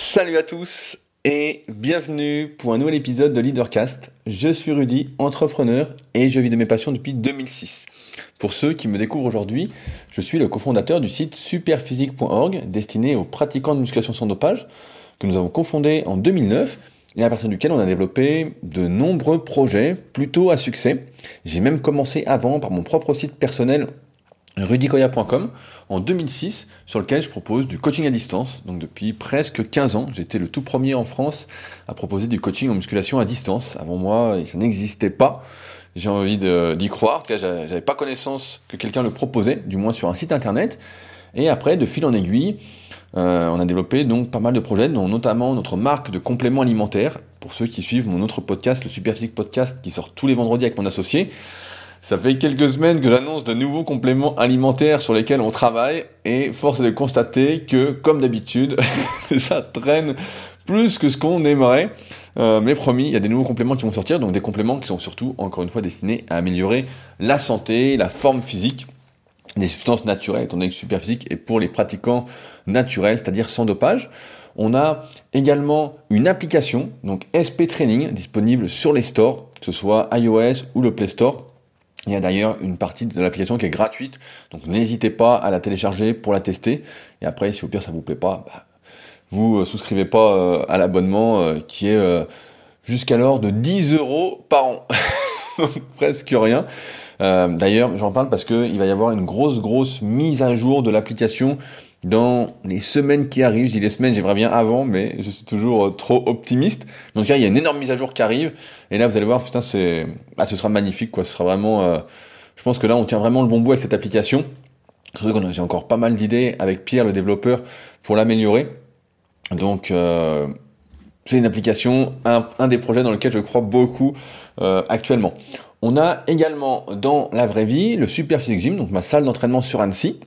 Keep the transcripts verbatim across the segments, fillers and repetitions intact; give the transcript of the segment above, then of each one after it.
Salut à tous et bienvenue pour un nouvel épisode de Leadercast. Je suis Rudy, entrepreneur et je vis de mes passions depuis deux mille six. Pour ceux qui me découvrent aujourd'hui, je suis le cofondateur du site superphysique point org destiné aux pratiquants de musculation sans dopage que nous avons cofondé en deux mille neuf et à partir duquel on a développé de nombreux projets plutôt à succès. J'ai même commencé avant par mon propre site personnel rudy koya point com en deux mille six, sur lequel je propose du coaching à distance. Donc depuis presque quinze ans, j'étais le tout premier en France à proposer du coaching en musculation à distance. Avant moi, ça n'existait pas. J'ai envie de, d'y croire. En tout cas, j'avais pas connaissance que quelqu'un le proposait, du moins sur un site internet. Et après, de fil en aiguille, euh, on a développé donc pas mal de projets, dont notamment notre marque de compléments alimentaires. Pour ceux qui suivent mon autre podcast, le Superphysique Podcast, qui sort tous les vendredis avec mon associé. Ça fait quelques semaines que j'annonce de nouveaux compléments alimentaires sur lesquels on travaille et force est de constater que, comme d'habitude, ça traîne plus que ce qu'on aimerait. Euh, mais promis, il y a des nouveaux compléments qui vont sortir, donc des compléments qui sont surtout, encore une fois, destinés à améliorer la santé, la forme physique, des substances naturelles, étant donné que Superphysique est pour les pratiquants naturels, c'est-à-dire sans dopage. On a également une application, donc S P Training, disponible sur les stores, que ce soit iOS ou le Play Store. Il y a d'ailleurs une partie de l'application qui est gratuite, donc n'hésitez pas à la télécharger pour la tester. Et après, si au pire ça vous plaît pas, bah, vous euh, souscrivez pas euh, à l'abonnement euh, qui est euh, jusqu'alors de dix euros par an, donc presque rien. Euh, d'ailleurs, j'en parle parce que il va y avoir une grosse grosse mise à jour de l'application dans les semaines qui arrivent. Je dis les semaines, j'aimerais bien avant, mais je suis toujours euh, trop optimiste. Donc là, il y a une énorme mise à jour qui arrive. Et là, vous allez voir, putain, c'est, ah, ce sera magnifique, quoi. Ce sera vraiment, euh... je pense que là, on tient vraiment le bon bout avec cette application. Surtout que j'ai encore pas mal d'idées avec Pierre, le développeur, pour l'améliorer. Donc, euh... c'est une application, un, un des projets dans lequel je crois beaucoup euh, actuellement. On a également dans la vraie vie le Superphysique Gym, donc ma salle d'entraînement sur Annecy.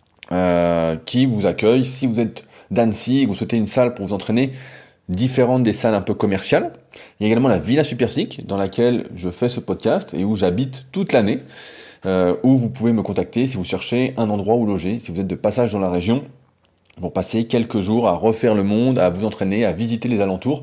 Euh, qui vous accueille si vous êtes d'Annecy et que vous souhaitez une salle pour vous entraîner différente des salles un peu commerciales. Il y a également la Villa Superphysique dans laquelle je fais ce podcast et où j'habite toute l'année, euh, où vous pouvez me contacter si vous cherchez un endroit où loger, si vous êtes de passage dans la région, pour passer quelques jours à refaire le monde, à vous entraîner, à visiter les alentours.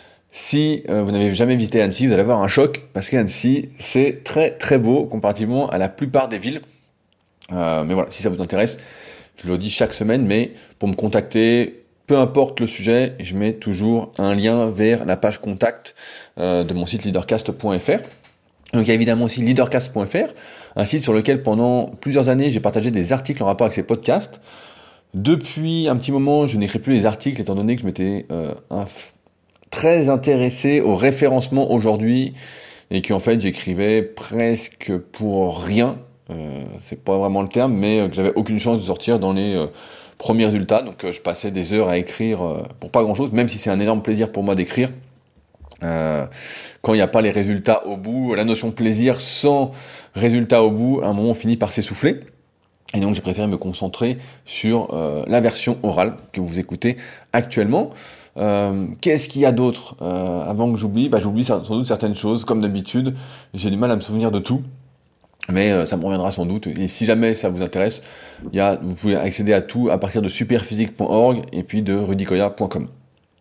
Si euh, vous n'avez jamais visité Annecy, vous allez avoir un choc parce qu'Annecy, c'est très très beau comparativement à la plupart des villes. Euh, mais voilà, si ça vous intéresse, je le dis chaque semaine, mais pour me contacter, peu importe le sujet, je mets toujours un lien vers la page contact euh, de mon site leadercast point f r. Donc il y a évidemment aussi leadercast point f r, un site sur lequel pendant plusieurs années j'ai partagé des articles en rapport avec ces podcasts. Depuis un petit moment, je n'écris plus les articles étant donné que je m'étais euh, un, très intéressé au référencement aujourd'hui et qu'en fait j'écrivais presque pour rien. Euh, c'est pas vraiment le terme, mais euh, que j'avais aucune chance de sortir dans les euh, premiers résultats, donc euh, je passais des heures à écrire euh, pour pas grand chose, même si c'est un énorme plaisir pour moi d'écrire. Euh, quand il n'y a pas les résultats au bout, la notion plaisir sans résultat au bout, à un moment on finit par s'essouffler. Et donc j'ai préféré me concentrer sur euh, la version orale que vous écoutez actuellement. Euh, qu'est-ce qu'il y a d'autre euh, avant que j'oublie bah, J'oublie sans doute certaines choses, comme d'habitude, j'ai du mal à me souvenir de tout. Mais euh, ça me reviendra sans doute. Et si jamais ça vous intéresse, il y a, vous pouvez accéder à tout à partir de superphysique point org et puis de rudy koya point com.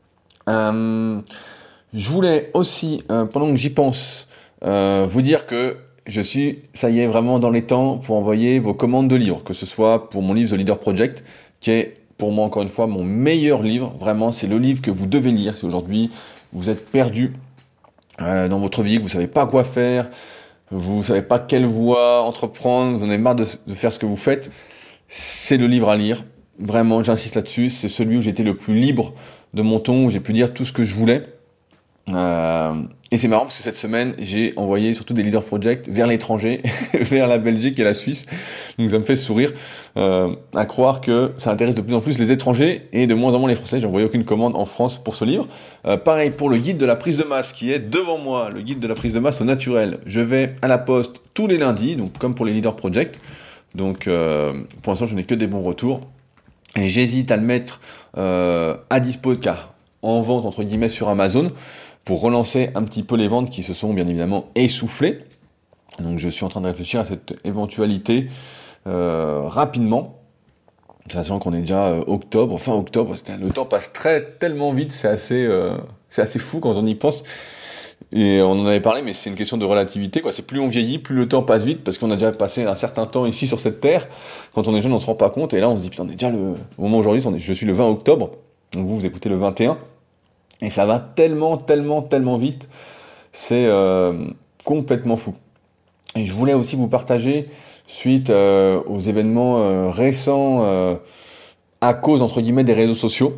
Euh, je voulais aussi, euh, pendant que j'y pense, euh, vous dire que je suis, ça y est, vraiment dans les temps pour envoyer vos commandes de livres, que ce soit pour mon livre The Leader Project, qui est pour moi encore une fois mon meilleur livre. Vraiment, c'est le livre que vous devez lire si aujourd'hui vous êtes perdu euh, dans votre vie, que vous savez pas quoi faire. Vous savez pas quelle voie entreprendre, vous en avez marre de, de faire ce que vous faites, c'est le livre à lire. Vraiment, j'insiste là-dessus, c'est celui où j'étais le plus libre de mon ton, où j'ai pu dire tout ce que je voulais. Euh, et c'est marrant parce que cette semaine, j'ai envoyé surtout des leader projects vers l'étranger, vers la Belgique et la Suisse. Donc ça me fait sourire euh, à croire que ça intéresse de plus en plus les étrangers et de moins en moins les Français. J'ai envoyé aucune commande en France pour ce livre. Euh, pareil pour le guide de la prise de masse qui est devant moi, le guide de la prise de masse au naturel. Je vais à la poste tous les lundis, donc comme pour les leader projects. Donc euh, pour l'instant, je n'ai que des bons retours. Et j'hésite à le mettre euh, à dispo de cas en vente entre guillemets sur Amazon, pour relancer un petit peu les ventes qui se sont bien évidemment essoufflées. Donc je suis en train de réfléchir à cette éventualité euh, rapidement. sachant qu'on est déjà euh, octobre, fin octobre, le temps passe très tellement vite, c'est assez, euh, c'est assez fou quand on y pense. Et on en avait parlé, mais c'est une question de relativité, quoi. C'est plus on vieillit, plus le temps passe vite, parce qu'on a déjà passé un certain temps ici sur cette terre. Quand on est jeune, on se rend pas compte, et là on se dit, putain, on est déjà le, au moment aujourd'hui, on est- je suis le vingt octobre, donc vous, vous écoutez le vingt et un, et ça va tellement, tellement, tellement vite, c'est euh, complètement fou. Et je voulais aussi vous partager, suite euh, aux événements euh, récents, euh, à cause, entre guillemets, des réseaux sociaux,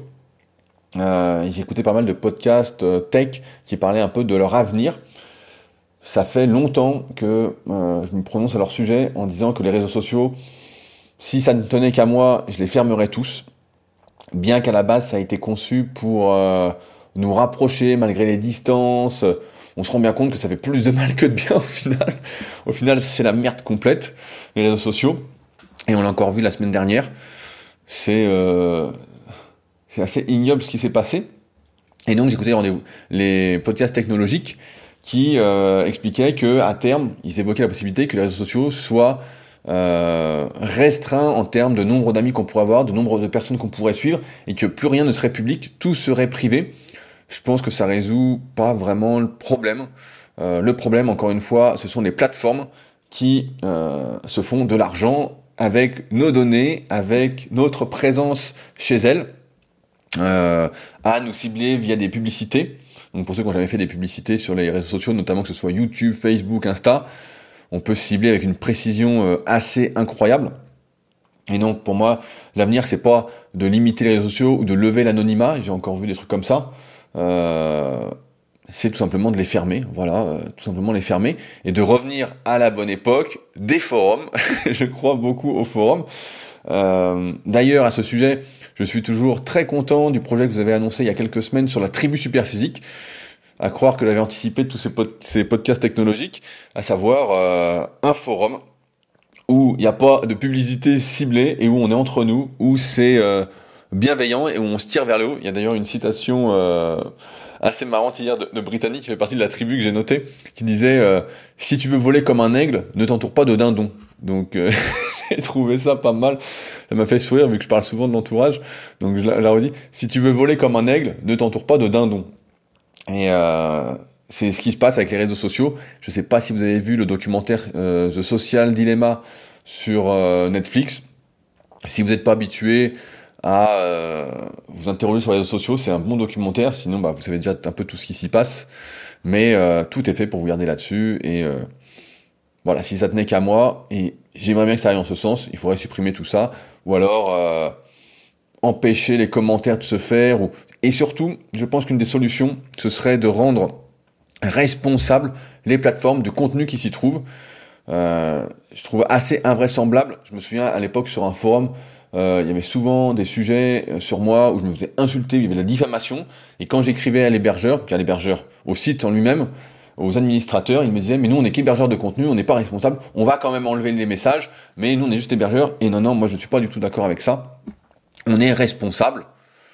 euh, j'ai écouté pas mal de podcasts euh, tech qui parlaient un peu de leur avenir. Ça fait longtemps que euh, je me prononce à leur sujet en disant que les réseaux sociaux, si ça ne tenait qu'à moi, je les fermerais tous. Bien qu'à la base, ça a été conçu pour euh, nous rapprocher malgré les distances. On se rend bien compte que ça fait plus de mal que de bien au final. Au final, c'est la merde complète, les réseaux sociaux. Et on l'a encore vu la semaine dernière. C'est euh, c'est assez ignoble ce qui s'est passé. Et donc j'écoutais rendez-vous les podcasts technologiques qui euh, expliquaient que à terme, ils évoquaient la possibilité que les réseaux sociaux soient euh, restreints en termes de nombre d'amis qu'on pourrait avoir, de nombre de personnes qu'on pourrait suivre, et que plus rien ne serait public, tout serait privé. Je pense que ça résout pas vraiment le problème. Euh, le problème, encore une fois, ce sont les plateformes qui euh, se font de l'argent avec nos données, avec notre présence chez elles, euh, à nous cibler via des publicités. Donc pour ceux qui n'ont jamais fait des publicités sur les réseaux sociaux, notamment que ce soit YouTube, Facebook, Insta, on peut cibler avec une précision euh, assez incroyable. Et donc pour moi, l'avenir, c'est pas de limiter les réseaux sociaux ou de lever l'anonymat. J'ai encore vu des trucs comme ça. Euh, c'est tout simplement de les fermer, voilà, euh, tout simplement les fermer, et de revenir à la bonne époque des forums. Je crois beaucoup aux forums. Euh, d'ailleurs, à ce sujet, je suis toujours très content du projet que vous avez annoncé il y a quelques semaines sur la tribu Superphysique, à croire que j'avais anticipé tous ces, pod- ces podcasts technologiques, à savoir euh, un forum où il n'y a pas de publicité ciblée et où on est entre nous, où c'est euh, bienveillant et où on se tire vers le haut. Il y a d'ailleurs une citation euh, assez marrante hier de, de Britannique qui fait partie de la tribu que j'ai notée, qui disait euh, si tu veux voler comme un aigle, ne t'entoure pas de dindons. Donc euh, j'ai trouvé ça pas mal. Ça m'a fait sourire vu que je parle souvent de l'entourage. Donc je la, je la redis. Si tu veux voler comme un aigle, ne t'entoure pas de dindons. Et euh, c'est ce qui se passe avec les réseaux sociaux. Je sais pas si vous avez vu le documentaire euh, The Social Dilemma sur euh, Netflix. Si vous n'êtes pas habitué à euh, vous interroger sur les réseaux sociaux, c'est un bon documentaire. Sinon, bah, vous savez déjà un peu tout ce qui s'y passe. Mais euh, tout est fait pour vous garder là-dessus. Et euh, voilà, si ça tenait qu'à moi, et j'aimerais bien que ça aille en ce sens, il faudrait supprimer tout ça. Ou alors euh, empêcher les commentaires de se faire. Ou... Et surtout, je pense qu'une des solutions, ce serait de rendre responsables les plateformes du contenu qui s'y trouve. Euh, je trouve assez invraisemblable. Je me souviens à l'époque sur un forum, euh, il y avait souvent des sujets euh, sur moi où je me faisais insulter, où il y avait de la diffamation. Et quand j'écrivais à l'hébergeur, puis à l'hébergeur, au site en lui-même, aux administrateurs, ils me disaient mais nous on n'est qu'hébergeur de contenu, on n'est pas responsable, on va quand même enlever les messages, mais nous on est juste hébergeur. Et non non, moi je ne suis pas du tout d'accord avec ça. On est responsable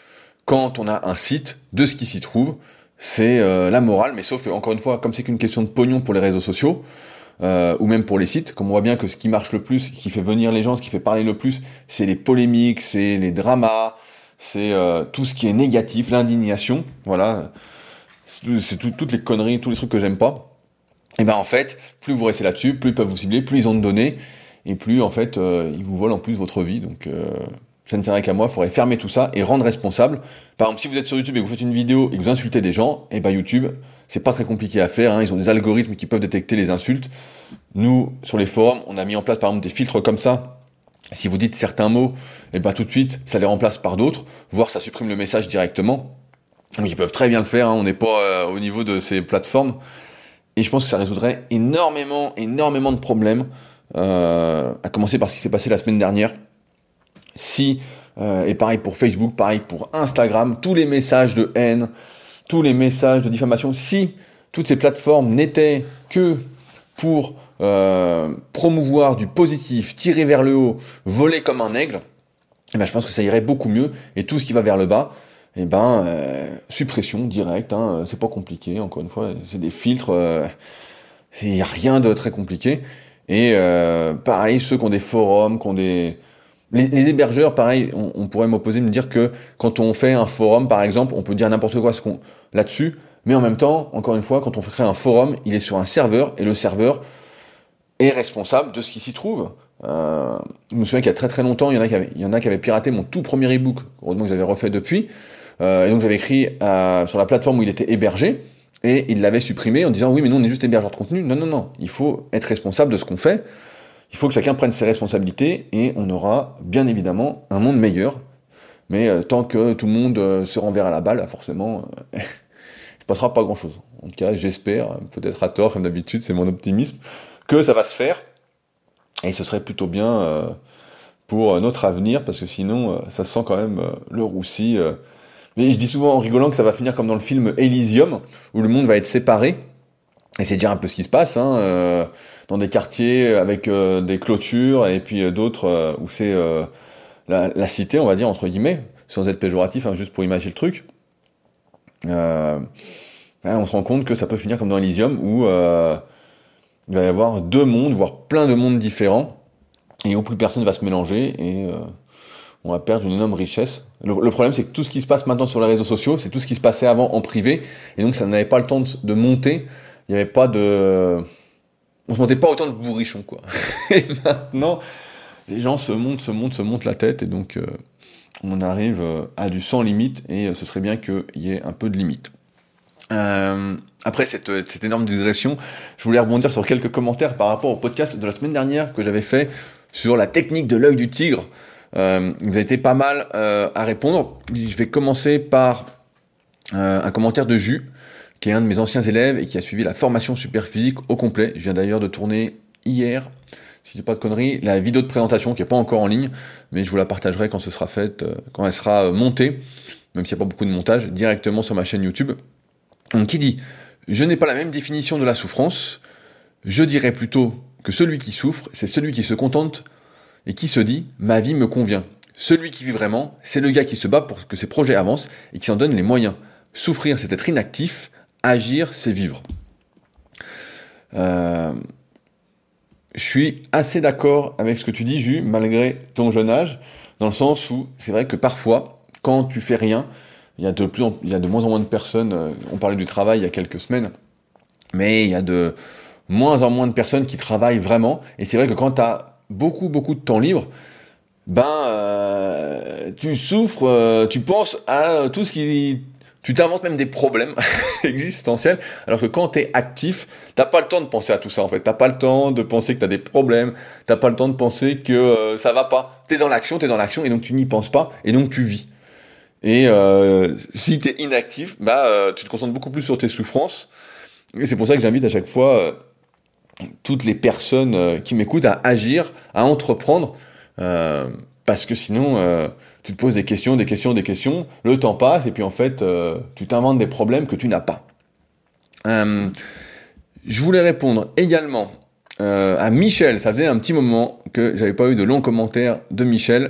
quand on a un site de ce qui s'y trouve. C'est euh, la morale, mais sauf que encore une fois, comme c'est qu'une question de pognon pour les réseaux sociaux, Euh, ou même pour les sites, comme on voit bien que ce qui marche le plus, qui fait venir les gens, ce qui fait parler le plus, c'est les polémiques, c'est les dramas, c'est euh, tout ce qui est négatif, l'indignation, voilà, c'est, c'est tout, toutes les conneries, tous les trucs que j'aime pas. Et ben en fait, plus vous restez là-dessus, plus ils peuvent vous cibler, plus ils ont de données, et plus en fait euh, ils vous volent en plus votre vie. Donc euh, ça ne tiendrait qu'à moi, il faudrait fermer tout ça et rendre responsable. Par exemple, si vous êtes sur YouTube et que vous faites une vidéo et que vous insultez des gens, et ben YouTube, c'est pas très compliqué à faire, hein, ils ont des algorithmes qui peuvent détecter les insultes. Nous, sur les forums, on a mis en place par exemple des filtres comme ça. Si vous dites certains mots, et ben tout de suite, ça les remplace par d'autres, voire ça supprime le message directement. Donc ils peuvent très bien le faire, hein, on n'est pas euh, au niveau de ces plateformes. Et je pense que ça résoudrait énormément, énormément de problèmes, euh, à commencer par ce qui s'est passé la semaine dernière. Si, euh, et pareil pour Facebook, pareil pour Instagram, tous les messages de haine, tous les messages de diffamation, si toutes ces plateformes n'étaient que pour euh, promouvoir du positif, tirer vers le haut, voler comme un aigle, eh ben, je pense que ça irait beaucoup mieux. Et tout ce qui va vers le bas, eh ben, euh, suppression directe, hein, c'est pas compliqué, encore une fois, c'est des filtres, il n'y a rien de très compliqué. Et euh, pareil, ceux qui ont des forums, qui ont des, Les, les hébergeurs, pareil, on, on pourrait m'opposer, me dire que quand on fait un forum, par exemple, on peut dire n'importe quoi ce qu'on, là-dessus, mais en même temps, encore une fois, quand on crée un forum, il est sur un serveur, et le serveur est responsable de ce qui s'y trouve. Euh, je me souviens qu'il y a très très longtemps, il y en a qui avaient, il y en a qui avaient piraté mon tout premier ebook, heureusement que j'avais refait depuis, euh, et donc j'avais écrit euh, sur la plateforme où il était hébergé, et il l'avait supprimé en disant oui mais nous on est juste hébergeur de contenu. Non non non, il faut être responsable de ce qu'on fait, il faut que chacun prenne ses responsabilités, et on aura bien évidemment un monde meilleur, mais euh, tant que tout le monde euh, se renverra la balle, forcément, euh, il ne passera pas grand chose. En tout cas j'espère, peut-être à tort comme d'habitude, c'est mon optimisme, que ça va se faire, et ce serait plutôt bien euh, pour notre avenir, parce que sinon, euh, ça sent quand même euh, le roussi. Euh. Mais je dis souvent en rigolant que ça va finir comme dans le film Elysium, où le monde va être séparé, et c'est déjà un peu ce qui se passe, hein, euh, dans des quartiers avec euh, des clôtures, et puis euh, d'autres euh, où c'est euh, la, la cité, on va dire, entre guillemets, sans être péjoratif, hein, juste pour imaginer le truc. Euh, hein, on se rend compte que ça peut finir comme dans Elysium, où euh, il va y avoir deux mondes, voire plein de mondes différents, et où plus personne va se mélanger, et euh, on va perdre une énorme richesse. Le, le problème, c'est que tout ce qui se passe maintenant sur les réseaux sociaux, c'est tout ce qui se passait avant en privé, et donc ça n'avait pas le temps de, de monter, il n'y avait pas de... On se montait pas autant de bourrichons, quoi. Et maintenant, les gens se montent, se montent, se montent la tête, et donc euh, on arrive euh, à du sans limite, et euh, ce serait bien qu'il y ait un peu de limite. Euh, après cette, cette énorme digression, je voulais rebondir sur quelques commentaires par rapport au podcast de la semaine dernière que j'avais fait sur la technique de l'œil du tigre. Euh, vous avez été pas mal euh, à répondre. Je vais commencer par euh, un commentaire de Jus, qui est un de mes anciens élèves et qui a suivi la formation super physique au complet. Je viens d'ailleurs de tourner hier, si je dis pas de conneries, la vidéo de présentation qui est pas encore en ligne, mais je vous la partagerai quand ce sera fait, euh, quand elle sera euh, montée, même s'il n'y a pas beaucoup de montage, directement sur ma chaîne YouTube. Donc qui dit « Je n'ai pas la même définition de la souffrance, je dirais plutôt que celui qui souffre, c'est celui qui se contente et qui se dit « ma vie me convient ». Celui qui vit vraiment, c'est le gars qui se bat pour que ses projets avancent et qui s'en donne les moyens. Souffrir, c'est être inactif, agir, c'est vivre. Euh... Je suis assez d'accord avec ce que tu dis, Jus, malgré ton jeune âge, dans le sens où c'est vrai que parfois, quand tu fais rien, il y a de plus en, il y a de moins en moins de personnes, euh, on parlait du travail il y a quelques semaines, mais il y a de moins en moins de personnes qui travaillent vraiment, et c'est vrai que quand tu as beaucoup beaucoup de temps libre, ben euh, tu souffres, euh, tu penses à tout ce qui... Tu t'inventes même des problèmes existentiels, alors que quand tu es actif, t'as pas le temps de penser à tout ça en fait. T'as pas le temps de penser que t'as des problèmes, t'as pas le temps de penser que euh, ça va pas. T'es dans l'action, t'es dans l'action, et donc tu n'y penses pas, et donc tu vis. Et euh, si t'es inactif, bah euh, tu te concentres beaucoup plus sur tes souffrances. Et c'est pour ça que j'invite à chaque fois euh, toutes les personnes euh, qui m'écoutent à agir, à entreprendre, euh, parce que sinon euh, tu te poses des questions, des questions, des questions, le temps passe, et puis en fait euh, tu t'inventes des problèmes que tu n'as pas. Euh, je voulais répondre également euh, à Michel. Ça faisait un petit moment que j'avais pas eu de longs commentaires de Michel.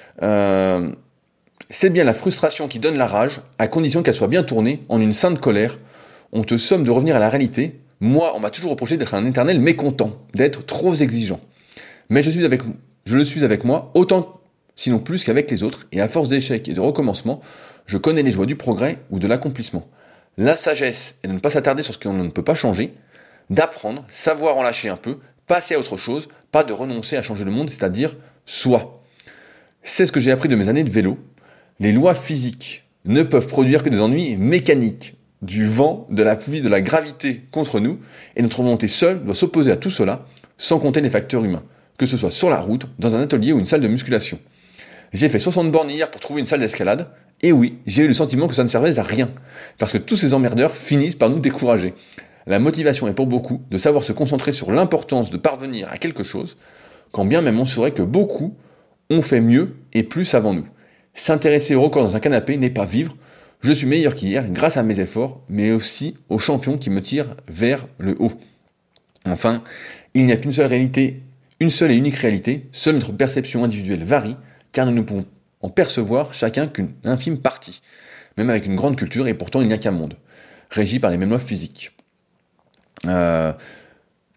Euh, c'est bien la frustration qui donne la rage, à condition qu'elle soit bien tournée en une sainte colère. On te somme de revenir à la réalité. Moi, on m'a toujours reproché d'être un éternel mécontent, d'être trop exigeant. Mais je suis avec, je le suis avec moi, autant, sinon plus qu'avec les autres, et à force d'échecs et de recommencements, je connais les joies du progrès ou de l'accomplissement. La sagesse est de ne pas s'attarder sur ce qu'on ne peut pas changer, d'apprendre, savoir en lâcher un peu, passer à autre chose, pas de renoncer à changer le monde, c'est-à-dire soi. C'est ce que j'ai appris de mes années de vélo. Les lois physiques ne peuvent produire que des ennuis mécaniques, du vent, de la pluie, de la gravité contre nous, et notre volonté seule doit s'opposer à tout cela, sans compter les facteurs humains, que ce soit sur la route, dans un atelier ou une salle de musculation. J'ai fait soixante bornes hier pour trouver une salle d'escalade, et oui, j'ai eu le sentiment que ça ne servait à rien, parce que tous ces emmerdeurs finissent par nous décourager. La motivation est pour beaucoup de savoir se concentrer sur l'importance de parvenir à quelque chose, quand bien même on saurait que beaucoup ont fait mieux et plus avant nous. S'intéresser au record dans un canapé n'est pas vivre. Je suis meilleur qu'hier grâce à mes efforts, mais aussi aux champions qui me tirent vers le haut. Enfin, il n'y a qu'une seule réalité, une seule et unique réalité, seule notre perception individuelle varie, car nous ne pouvons en percevoir chacun qu'une infime partie, même avec une grande culture, et pourtant il n'y a qu'un monde, régi par les mêmes lois physiques. Euh,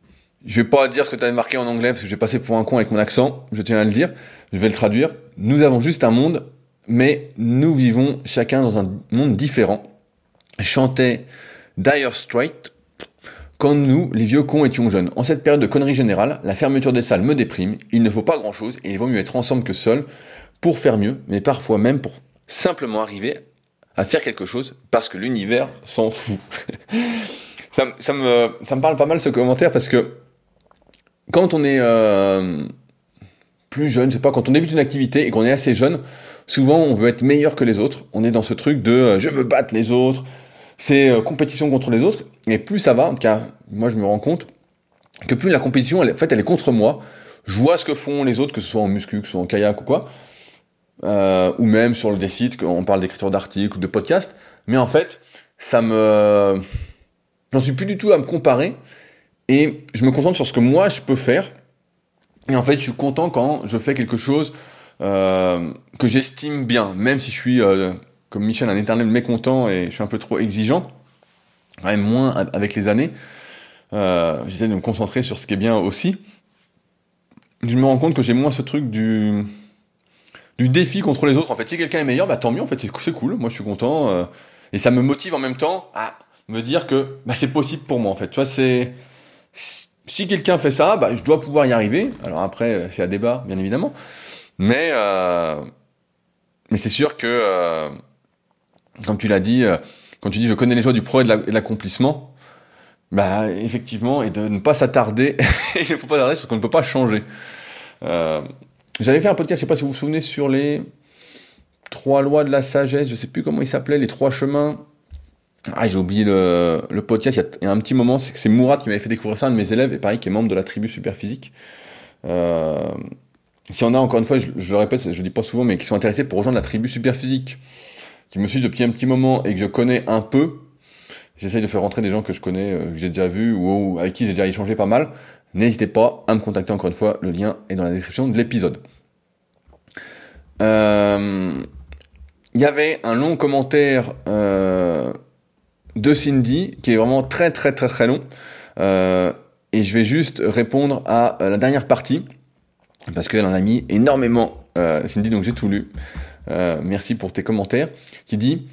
Je vais pas dire ce que tu avais marqué en anglais parce que je vais passer pour un con avec mon accent, je tiens à le dire, je vais le traduire. Nous avons juste un monde, mais nous vivons chacun dans un monde différent. Chantait Dire Straits quand nous, les vieux cons, étions jeunes. En cette période de conneries générales, la fermeture des salles me déprime, il ne faut pas grand chose et il vaut mieux être ensemble que seul pour faire mieux, mais parfois même pour simplement arriver à faire quelque chose parce que l'univers s'en fout. ça, ça, me, ça me parle pas mal ce commentaire parce que quand on est euh, plus jeune, je sais pas, quand on débute une activité et qu'on est assez jeune, souvent on veut être meilleur que les autres. On est dans ce truc de euh, je veux battre les autres, c'est euh, compétition contre les autres. Et plus ça va, en tout cas, moi je me rends compte que plus la compétition, elle, en fait, elle est contre moi. Je vois ce que font les autres, que ce soit en muscu, que ce soit en kayak ou quoi, euh, ou même sur des sites, quand on parle d'écriture d'articles ou de podcasts. Mais en fait, ça me, j'en suis plus du tout à me comparer. Et je me concentre sur ce que moi je peux faire. Et en fait, je suis content quand je fais quelque chose euh, que j'estime bien, même si je suis, euh, comme Michel, un éternel mécontent et je suis un peu trop exigeant, quand même moins avec les années. Euh, j'essaie de me concentrer sur ce qui est bien aussi. Je me rends compte que j'ai moins ce truc du, du défi contre les autres. En fait, si quelqu'un est meilleur, bah tant mieux, en fait, c'est, c'est cool, moi je suis content. Euh, et ça me motive en même temps à me dire que bah, c'est possible pour moi, en fait. Tu vois, c'est... Si quelqu'un fait ça, bah, je dois pouvoir y arriver. Alors après, c'est à débat, bien évidemment. Mais, euh, mais c'est sûr que, euh, comme tu l'as dit, euh, quand tu dis je connais les joies du progrès et de, la, et de l'accomplissement, bah effectivement, et de ne pas s'attarder, il ne faut pas s'attarder parce qu'on ne peut pas changer. Euh, j'avais fait un podcast, je ne sais pas si vous vous souvenez, sur les trois lois de la sagesse, je ne sais plus comment il s'appelait, les trois chemins. Ah, j'ai oublié le, le podcast, il y, a, il y a un petit moment, c'est que c'est Mourad qui m'avait fait découvrir ça, un de mes élèves, et pareil, qui est membre de la tribu Superphysique. Euh, s'il y en a, encore une fois, je, je le répète, je le dis pas souvent, mais qui sont intéressés pour rejoindre la tribu Superphysique, qui me suivent depuis un petit moment et que je connais un peu, j'essaye de faire rentrer des gens que je connais, euh, que j'ai déjà vus, ou, ou avec qui j'ai déjà échangé pas mal. N'hésitez pas à me contacter encore une fois, le lien est dans la description de l'épisode. Euh, il y avait un long commentaire... Euh, de Cindy, qui est vraiment très très très très long, euh, et je vais juste répondre à euh, la dernière partie, parce qu'elle en a mis énormément, euh, Cindy, donc j'ai tout lu, euh, merci pour tes commentaires, qui dit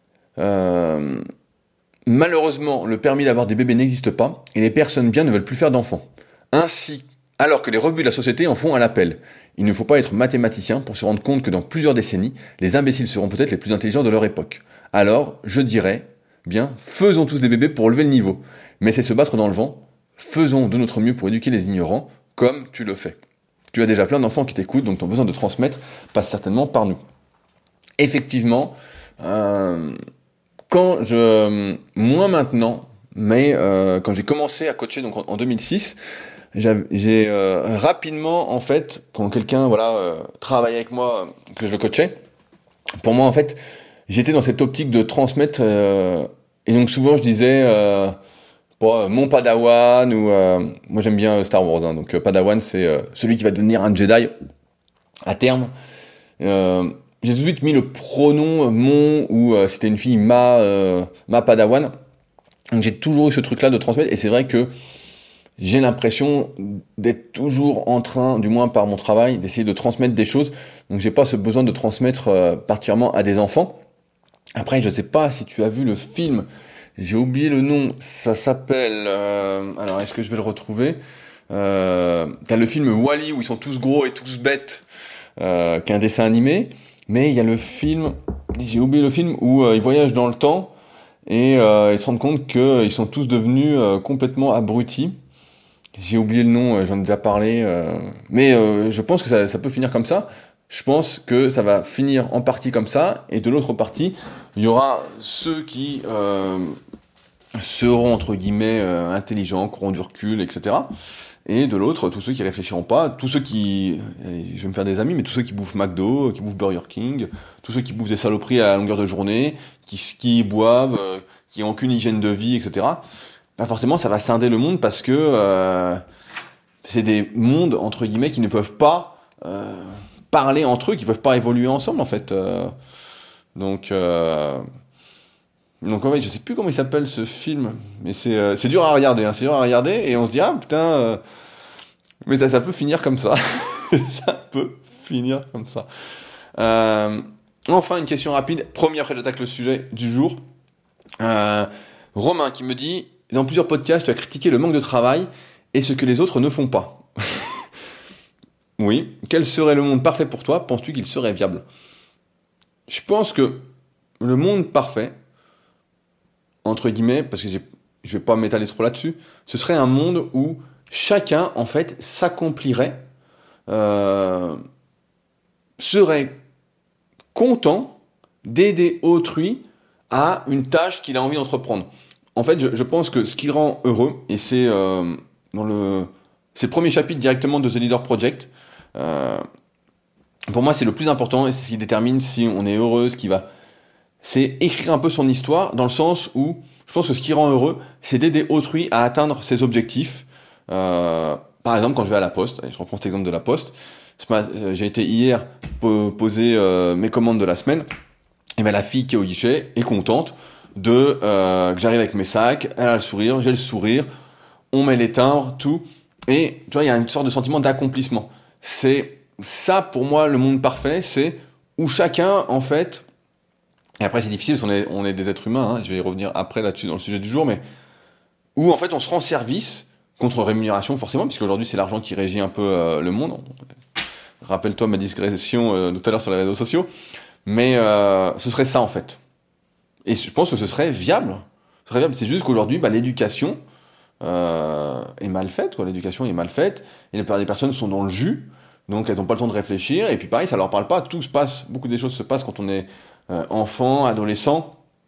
euh, « Malheureusement, le permis d'avoir des bébés n'existe pas, et les personnes bien ne veulent plus faire d'enfants. Ainsi, alors que les rebuts de la société en font un appel. Il ne faut pas être mathématicien pour se rendre compte que dans plusieurs décennies, les imbéciles seront peut-être les plus intelligents de leur époque. Alors, je dirais... Bien, faisons tous des bébés pour relever le niveau. Mais c'est se battre dans le vent. Faisons de notre mieux pour éduquer les ignorants, comme tu le fais. Tu as déjà plein d'enfants qui t'écoutent, donc ton besoin de transmettre passe certainement par nous. » Effectivement, euh, quand je... Moins maintenant, mais euh, quand j'ai commencé à coacher donc en, en deux mille six, j'ai, j'ai euh, rapidement, en fait, quand quelqu'un voilà, euh, travaillait avec moi, que je le coachais, pour moi, en fait... J'étais dans cette optique de transmettre, euh, et donc souvent je disais, euh, bon, mon Padawan, ou euh, moi j'aime bien Star Wars, hein, donc euh, Padawan c'est euh, celui qui va devenir un Jedi à terme. Euh, j'ai tout de suite mis le pronom mon, ou euh, c'était une fille ma, euh, ma Padawan. Donc j'ai toujours eu ce truc-là de transmettre, et c'est vrai que j'ai l'impression d'être toujours en train, du moins par mon travail, d'essayer de transmettre des choses. Donc j'ai pas ce besoin de transmettre euh, particulièrement à des enfants. Après, je sais pas si tu as vu le film, j'ai oublié le nom, ça s'appelle... Euh, alors, est-ce que je vais le retrouver euh, T'as le film Wall-E où ils sont tous gros et tous bêtes, euh, qui est un dessin animé, mais il y a le film, j'ai oublié le film, où euh, ils voyagent dans le temps et euh, ils se rendent compte qu'ils sont tous devenus euh, complètement abrutis. J'ai oublié le nom, euh, j'en ai déjà parlé, euh, mais euh, je pense que ça, ça peut finir comme ça. Je pense que ça va finir en partie comme ça, et de l'autre partie, il y aura ceux qui euh, seront, entre guillemets, euh, intelligents, qui auront du recul, et cetera. Et de l'autre, tous ceux qui réfléchiront pas, tous ceux qui... Allez, je vais me faire des amis, mais tous ceux qui bouffent McDo, qui bouffent Burger King, tous ceux qui bouffent des saloperies à longueur de journée, qui skient, boivent, euh, qui n'ont aucune hygiène de vie, et cetera. Bah forcément, ça va scinder le monde parce que euh, c'est des mondes, entre guillemets, qui ne peuvent pas... Euh, parler entre eux, qui peuvent pas évoluer ensemble en fait. Euh, donc, euh, Donc en fait, je sais plus comment il s'appelle ce film, mais c'est, euh, c'est dur à regarder, hein, c'est dur à regarder, et on se dit, ah putain, euh, mais ça, ça peut finir comme ça. Ça peut finir comme ça. Euh, enfin, une question rapide, premier après j'attaque le sujet du jour. Euh, Romain qui me dit, dans plusieurs podcasts, tu as critiqué le manque de travail et ce que les autres ne font pas. Oui, quel serait le monde parfait pour toi? Penses-tu qu'il serait viable? Je pense que le monde parfait, entre guillemets, parce que j'ai, je vais pas m'étaler trop là-dessus, ce serait un monde où chacun, en fait, s'accomplirait, euh, serait content d'aider autrui à une tâche qu'il a envie d'entreprendre. En fait, je, je pense que ce qui rend heureux, et c'est euh, dans le, c'est le premier chapitre directement de The Leader Project, euh, pour moi c'est le plus important et c'est ce qui détermine si on est heureux, ce qui va... C'est écrire un peu son histoire dans le sens où je pense que ce qui rend heureux, c'est d'aider autrui à atteindre ses objectifs. Euh, par exemple, quand je vais à la poste, je reprends cet exemple de la poste, j'ai été hier poser euh, mes commandes de la semaine, et bien la fille qui est au guichet est contente de euh, que j'arrive avec mes sacs, elle a le sourire, j'ai le sourire, on met les timbres, tout, et tu vois, il y a une sorte de sentiment d'accomplissement. C'est ça pour moi le monde parfait, c'est où chacun en fait, et après c'est difficile parce qu'on est, on est des êtres humains, hein, je vais y revenir après là-dessus dans le sujet du jour, mais où en fait on se rend service contre rémunération forcément, puisque aujourd'hui c'est l'argent qui régit un peu euh, le monde. Rappelle-toi ma digression euh, tout à l'heure sur les réseaux sociaux, mais euh, ce serait ça en fait. Et je pense que ce serait viable. Ce serait viable. C'est juste qu'aujourd'hui, bah, l'éducation euh, est mal faite, quoi. L'éducation est mal faite, et la plupart des personnes sont dans le jus, donc elles n'ont pas le temps de réfléchir, et puis pareil, ça leur parle pas, tout se passe, beaucoup des choses se passent quand on est euh, enfant, adolescent,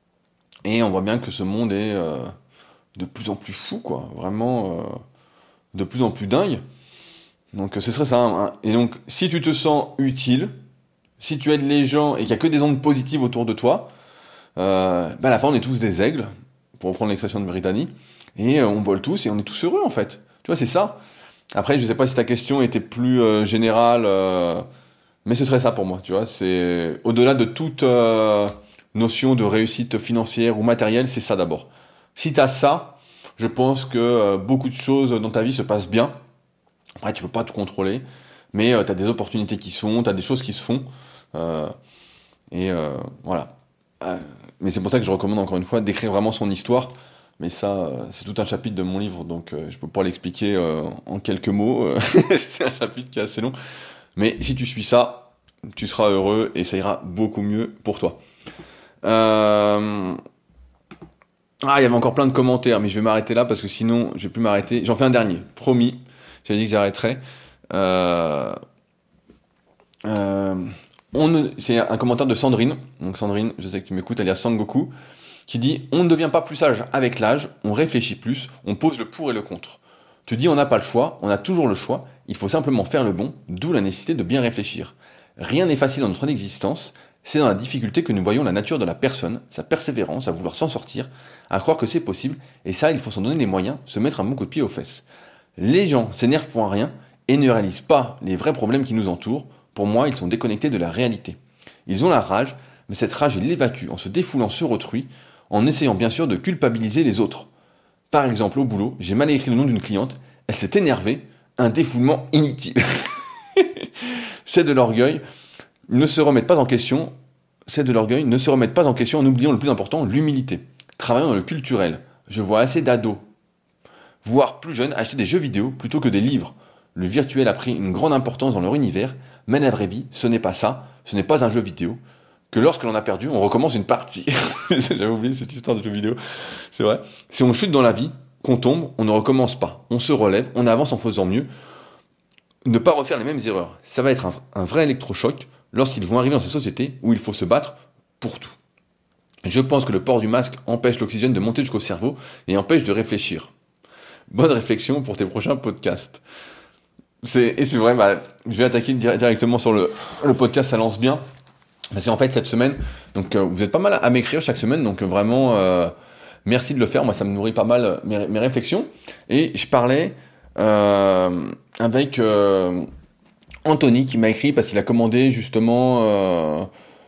et on voit bien que ce monde est euh, de plus en plus fou, quoi, vraiment euh, de plus en plus dingue. Donc ce serait ça, hein. Et donc si tu te sens utile, si tu aides les gens et qu'il n'y a que des ondes positives autour de toi, euh, bah à la fin on est tous des aigles, pour reprendre l'expression de Brittany, et euh, on vole tous et on est tous heureux en fait. Tu vois, c'est ça. Après, je sais pas si ta question était plus euh, générale, euh, mais ce serait ça pour moi, tu vois. C'est au-delà de toute euh, notion de réussite financière ou matérielle, c'est ça d'abord. Si t'as ça, je pense que euh, beaucoup de choses dans ta vie se passent bien. Après, tu peux pas tout contrôler, mais euh, tu as des opportunités qui se font, tu as des choses qui se font. Euh, et euh, voilà. Euh, mais c'est pour ça que je recommande encore une fois d'écrire vraiment son histoire. Mais ça, euh, c'est tout un chapitre de mon livre, donc euh, je peux pas l'expliquer euh, en quelques mots. C'est un chapitre qui est assez long. Mais si tu suis ça, tu seras heureux et ça ira beaucoup mieux pour toi. Euh... Ah, il y avait encore plein de commentaires, mais je vais m'arrêter là parce que sinon, je vais plus m'arrêter. J'en fais un dernier, promis. J'avais dit que j'arrêterais. Euh... Euh... On ne... C'est un commentaire de Sandrine. Donc Sandrine, je sais que tu m'écoutes, alias Sangoku, qui dit « On ne devient pas plus sage avec l'âge, on réfléchit plus, on pose le pour et le contre. Tu dis on n'a pas le choix, on a toujours le choix, il faut simplement faire le bon, d'où la nécessité de bien réfléchir. Rien n'est facile dans notre existence, c'est dans la difficulté que nous voyons la nature de la personne, sa persévérance à vouloir s'en sortir, à croire que c'est possible, et ça, il faut s'en donner les moyens, se mettre un bon coup de pied aux fesses. Les gens s'énervent pour un rien et ne réalisent pas les vrais problèmes qui nous entourent. Pour moi, ils sont déconnectés de la réalité. Ils ont la rage, mais cette rage, ils l'évacuent en se défoulant sur autrui, en essayant bien sûr de culpabiliser les autres. Par exemple, au boulot, j'ai mal écrit le nom d'une cliente, elle s'est énervée, un défoulement inutile. C'est de l'orgueil, ne se remettent pas en question, c'est de l'orgueil, ne se remettent pas en question en oubliant le plus important, l'humilité. Travaillant dans le culturel, je vois assez d'ados, voire plus jeunes, acheter des jeux vidéo plutôt que des livres. Le virtuel a pris une grande importance dans leur univers, mais la vraie vie, ce n'est pas ça, ce n'est pas un jeu vidéo, que lorsque l'on a perdu, on recommence une partie. J'avais oublié cette histoire de jeu vidéo, c'est vrai. Si on chute dans la vie, qu'on tombe, on ne recommence pas, on se relève, on avance en faisant mieux, ne pas refaire les mêmes erreurs. Ça va être un, un vrai électrochoc lorsqu'ils vont arriver dans ces sociétés où il faut se battre pour tout. Je pense que le port du masque empêche l'oxygène de monter jusqu'au cerveau et empêche de réfléchir. Bonne réflexion pour tes prochains podcasts. C'est, et c'est vrai, bah, je vais attaquer directement sur le, le podcast, ça lance bien. Parce qu'en fait, cette semaine, donc, euh, vous êtes pas mal à m'écrire chaque semaine, donc euh, vraiment, euh, merci de le faire. Moi, ça me nourrit pas mal euh, mes, mes réflexions. Et je parlais euh, avec euh, Anthony qui m'a écrit parce qu'il a commandé justement euh,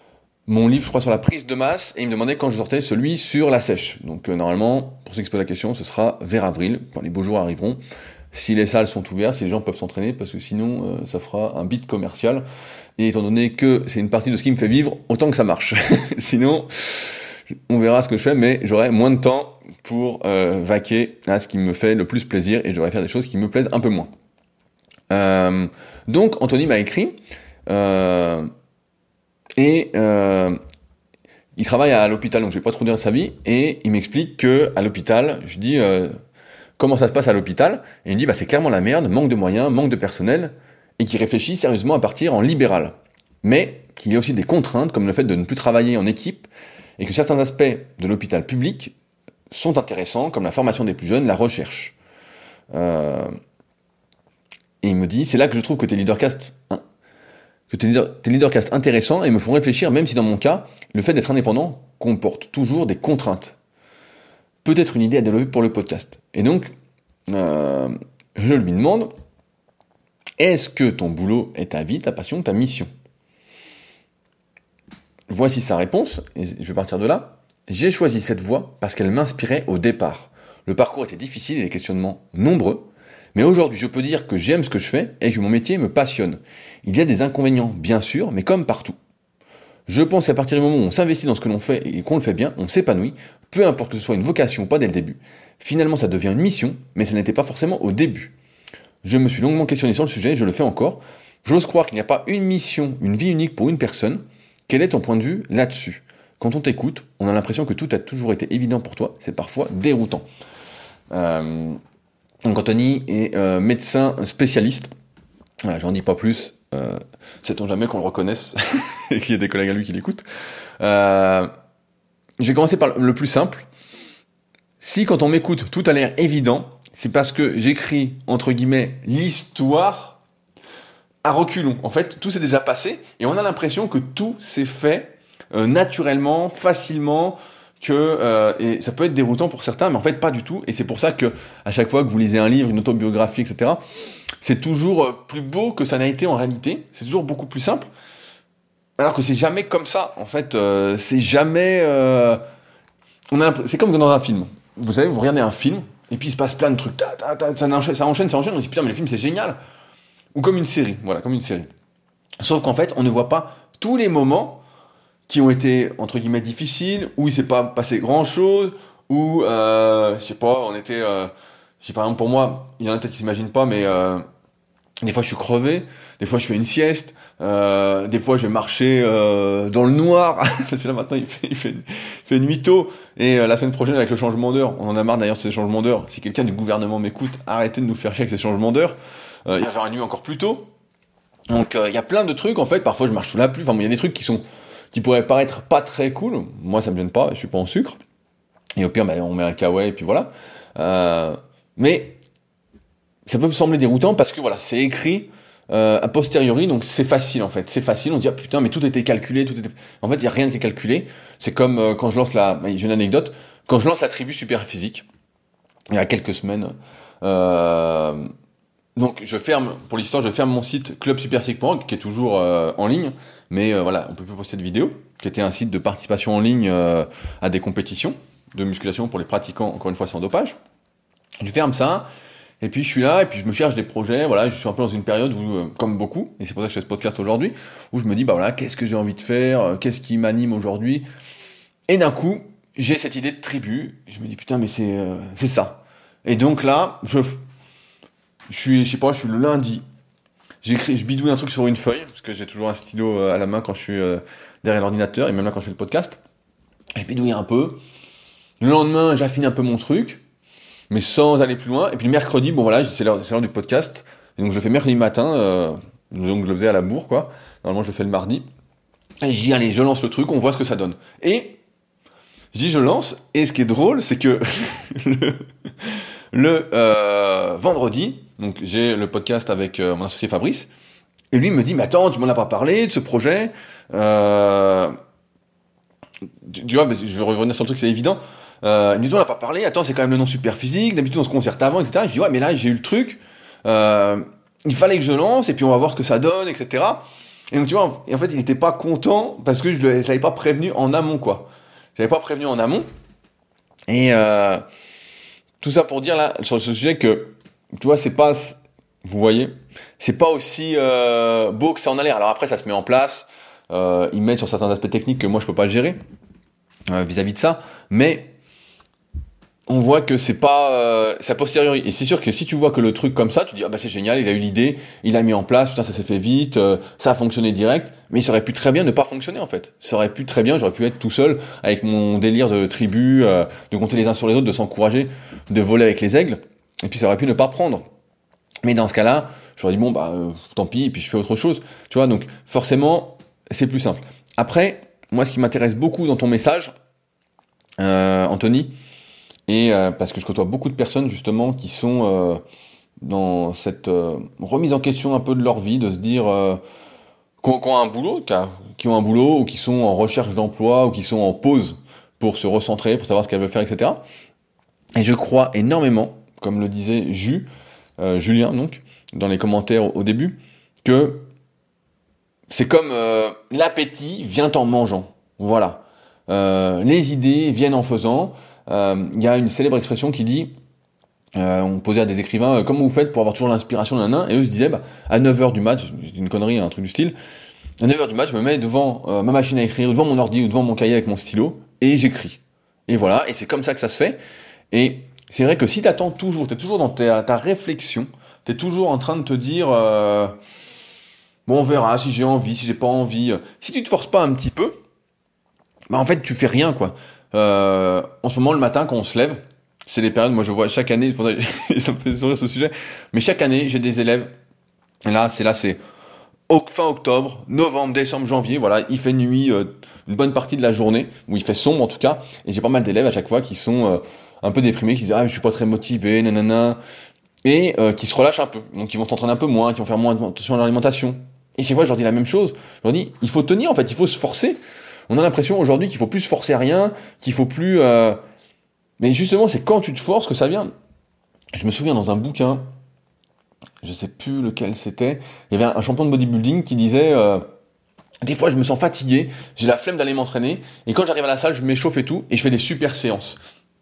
mon livre, je crois, sur la prise de masse, et il me demandait quand je sortais celui sur la sèche. Donc euh, normalement, pour ceux qui se posent la question, ce sera vers avril, quand les beaux jours arriveront, si les salles sont ouvertes, si les gens peuvent s'entraîner, parce que sinon, euh, ça fera un bit commercial, et étant donné que c'est une partie de ce qui me fait vivre, autant que ça marche. Sinon, on verra ce que je fais, mais j'aurai moins de temps pour euh, vaquer à ce qui me fait le plus plaisir, et je devrais faire des choses qui me plaisent un peu moins. Euh, donc, Anthony m'a écrit... Euh, Et euh, il travaille à l'hôpital, donc je vais pas trop dire de sa vie, et il m'explique que à l'hôpital, je dis euh, comment ça se passe à l'hôpital, et il me dit bah c'est clairement la merde, manque de moyens, manque de personnel, et qu'il réfléchit sérieusement à partir en libéral. Mais qu'il y a aussi des contraintes, comme le fait de ne plus travailler en équipe, et que certains aspects de l'hôpital public sont intéressants, comme la formation des plus jeunes, la recherche. Euh, et il me dit, c'est là que je trouve que tes leadercasts... Hein, que tes, leader, tes leadercasts intéressants et me font réfléchir, même si dans mon cas, le fait d'être indépendant comporte toujours des contraintes. Peut-être une idée à développer pour le podcast. Et donc, euh, je lui demande, est-ce que ton boulot est ta vie, ta passion, ta mission ? Voici sa réponse, et je vais partir de là. J'ai choisi cette voie parce qu'elle m'inspirait au départ. Le parcours était difficile et les questionnements nombreux, mais aujourd'hui, je peux dire que j'aime ce que je fais et que mon métier me passionne. Il y a des inconvénients, bien sûr, mais comme partout. Je pense qu'à partir du moment où on s'investit dans ce que l'on fait et qu'on le fait bien, on s'épanouit, peu importe que ce soit une vocation ou pas dès le début. Finalement, ça devient une mission, mais ça n'était pas forcément au début. Je me suis longuement questionné sur le sujet et je le fais encore. J'ose croire qu'il n'y a pas une mission, une vie unique pour une personne. Quel est ton point de vue là-dessus ? Quand on t'écoute, on a l'impression que tout a toujours été évident pour toi, c'est parfois déroutant. Euh... Donc Anthony est euh, médecin spécialiste. Voilà, j'en dis pas plus. Euh, sait-on jamais qu'on le reconnaisse et qu'il y ait des collègues à lui qui l'écoutent. Euh, je vais commencer par le plus simple. Si quand on m'écoute, tout a l'air évident, c'est parce que j'écris, entre guillemets, l'histoire à reculons. En fait, tout s'est déjà passé et on a l'impression que tout s'est fait euh, naturellement, facilement, que euh, et ça peut être déroutant pour certains, mais en fait pas du tout. Et c'est pour ça que à chaque fois que vous lisez un livre, une autobiographie, et cetera, c'est toujours plus beau que ça n'a été en réalité. C'est toujours beaucoup plus simple. Alors que c'est jamais comme ça. En fait, euh, c'est jamais. Euh, on a, c'est comme dans un film. Vous savez, vous regardez un film et puis il se passe plein de trucs. Ta, ta, ta, ça enchaîne, ça enchaîne, ça enchaîne. On se dit putain, mais le film c'est génial. Ou comme une série. Voilà, comme une série. Sauf qu'en fait, on ne voit pas tous les moments qui ont été, entre guillemets, difficiles, où il s'est pas passé grand-chose, où, euh, je sais pas, on était, euh, je sais par exemple pour moi, il y en a peut-être qui s'imaginent pas, mais euh, des fois je suis crevé, des fois je fais une sieste, euh, des fois je vais marcher euh, dans le noir, parce que là maintenant il fait, il fait, il fait nuit tôt, et euh, la semaine prochaine avec le changement d'heure, on en a marre d'ailleurs de ces changements d'heure, si quelqu'un du gouvernement m'écoute, arrêtez de nous faire chier avec ces changements d'heure, euh, il va faire une nuit encore plus tôt, donc il euh, y a plein de trucs en fait, parfois je marche sous la pluie, enfin il y a des trucs qui sont qui pourrait paraître pas très cool, moi ça me gêne pas, je suis pas en sucre, et au pire bah, on met un kawaii et puis voilà, euh, mais ça peut me sembler déroutant parce que voilà, c'est écrit euh, a posteriori, donc c'est facile en fait, c'est facile, on dit ah putain mais tout était calculé, tout était... En fait il y a rien qui est calculé, c'est comme euh, quand je lance la, j'ai une anecdote, quand je lance la tribu super physique, il y a quelques semaines, euh... donc je ferme, pour l'histoire, je ferme mon site club super physique point org qui est toujours euh, en ligne, mais euh, voilà, on peut plus poster de vidéos, qui était un site de participation en ligne euh, à des compétitions de musculation pour les pratiquants, encore une fois sans dopage. Je ferme ça, et puis je suis là, et puis je me cherche des projets, voilà, je suis un peu dans une période où, euh, comme beaucoup, et c'est pour ça que je fais ce podcast aujourd'hui, où je me dis, bah voilà, qu'est-ce que j'ai envie de faire, euh, qu'est-ce qui m'anime aujourd'hui, et d'un coup, j'ai cette idée de tribu, je me dis, putain, mais c'est, euh, c'est ça. Et donc là, je... Je suis, je sais pas, je suis le lundi. J'écris, je bidouille un truc sur une feuille, parce que j'ai toujours un stylo à la main quand je suis euh, derrière l'ordinateur, et même là quand je fais le podcast. Je bidouille un peu. Le lendemain, j'affine un peu mon truc, mais sans aller plus loin. Et puis le mercredi, bon voilà, c'est l'heure, c'est l'heure du podcast. Et donc je le fais mercredi matin, euh, donc je le faisais à la bourre, quoi. Normalement, je le fais le mardi. Et je dis, allez, je lance le truc, on voit ce que ça donne. Et je dis, je lance, et ce qui est drôle, c'est que le, le euh, vendredi, donc j'ai le podcast avec euh, mon associé Fabrice, et lui me dit, mais attends, tu m'en as pas parlé de ce projet, euh, tu, tu vois, je vais revenir sur le truc, c'est évident, euh, il me dit, on n'a pas parlé, attends, c'est quand même le nom super physique, d'habitude on se concerte avant, et cetera. Et je dis, ouais, mais là j'ai eu le truc, euh, il fallait que je lance, et puis on va voir ce que ça donne, et cetera. Et donc tu vois, en fait, il n'était pas content parce que je ne l'avais pas prévenu en amont, quoi. Je l'avais pas prévenu en amont. Et euh, tout ça pour dire là, sur ce sujet que, tu vois, c'est pas, vous voyez, c'est pas aussi euh, beau que ça en a l'air. Alors après, ça se met en place, euh, ils mettent sur certains aspects techniques que moi je peux pas gérer euh, vis-à-vis de ça, mais on voit que c'est pas, euh, c'est a posteriori. Et c'est sûr que si tu vois que le truc comme ça, tu dis ah bah c'est génial, il a eu l'idée, il a mis en place, putain ça s'est fait vite, euh, ça a fonctionné direct, mais ça aurait pu très bien ne pas fonctionner en fait. Ça aurait pu très bien, j'aurais pu être tout seul avec mon délire de tribu, euh, de compter les uns sur les autres, de s'encourager, de voler avec les aigles, et puis ça aurait pu ne pas prendre. Mais dans ce cas-là, j'aurais dit bon bah euh, tant pis, et puis je fais autre chose. Tu vois, donc forcément c'est plus simple. Après, moi ce qui m'intéresse beaucoup dans ton message, euh, Anthony. Et euh, parce que je côtoie beaucoup de personnes justement qui sont euh, dans cette euh, remise en question un peu de leur vie, de se dire euh, qui, ont, qui ont un boulot, qui, a, qui ont un boulot, ou qui sont en recherche d'emploi, ou qui sont en pause pour se recentrer, pour savoir ce qu'elles veulent faire, et cetera. Et je crois énormément, comme le disait Ju, euh, Julien donc, dans les commentaires au début, que c'est comme euh, l'appétit vient en mangeant. Voilà. Euh, les idées viennent en faisant. Il euh, y a une célèbre expression qui dit, euh, on posait à des écrivains, euh, comment vous faites pour avoir toujours l'inspiration d'un nain, et eux se disaient, bah, à neuf heures du match, c'est une connerie, un truc du style, à neuf heures du match, je me mets devant euh, ma machine à écrire, devant mon ordi ou devant mon cahier avec mon stylo, et j'écris. Et voilà, et c'est comme ça que ça se fait. Et c'est vrai que si t'attends toujours, t'es toujours dans ta, ta réflexion, t'es toujours en train de te dire, euh, bon on verra si j'ai envie, si j'ai pas envie, si tu te forces pas un petit peu, bah en fait tu fais rien quoi. Euh, en ce moment, le matin, quand on se lève, c'est les périodes, moi je vois chaque année, ça me fait sourire ce sujet, mais chaque année, j'ai des élèves, et là, c'est là, c'est fin octobre, novembre, décembre, janvier, voilà, il fait nuit euh, une bonne partie de la journée, où il fait sombre en tout cas, et j'ai pas mal d'élèves à chaque fois qui sont euh, un peu déprimés, qui disent « Ah, je suis pas très motivé, nanana », et euh, qui se relâchent un peu, donc ils vont s'entraîner un peu moins, qui vont faire moins attention à leur alimentation. Et chaque fois, je leur dis la même chose, je leur dis « Il faut tenir, en fait, il faut se forcer ». On a l'impression aujourd'hui qu'il faut plus se forcer à rien, qu'il faut plus... Euh... Mais justement, c'est quand tu te forces que ça vient. Je me souviens dans un bouquin, je sais plus lequel c'était, il y avait un champion de bodybuilding qui disait euh, des fois je me sens fatigué, j'ai la flemme d'aller m'entraîner, et quand j'arrive à la salle, je m'échauffe et tout, et je fais des super séances.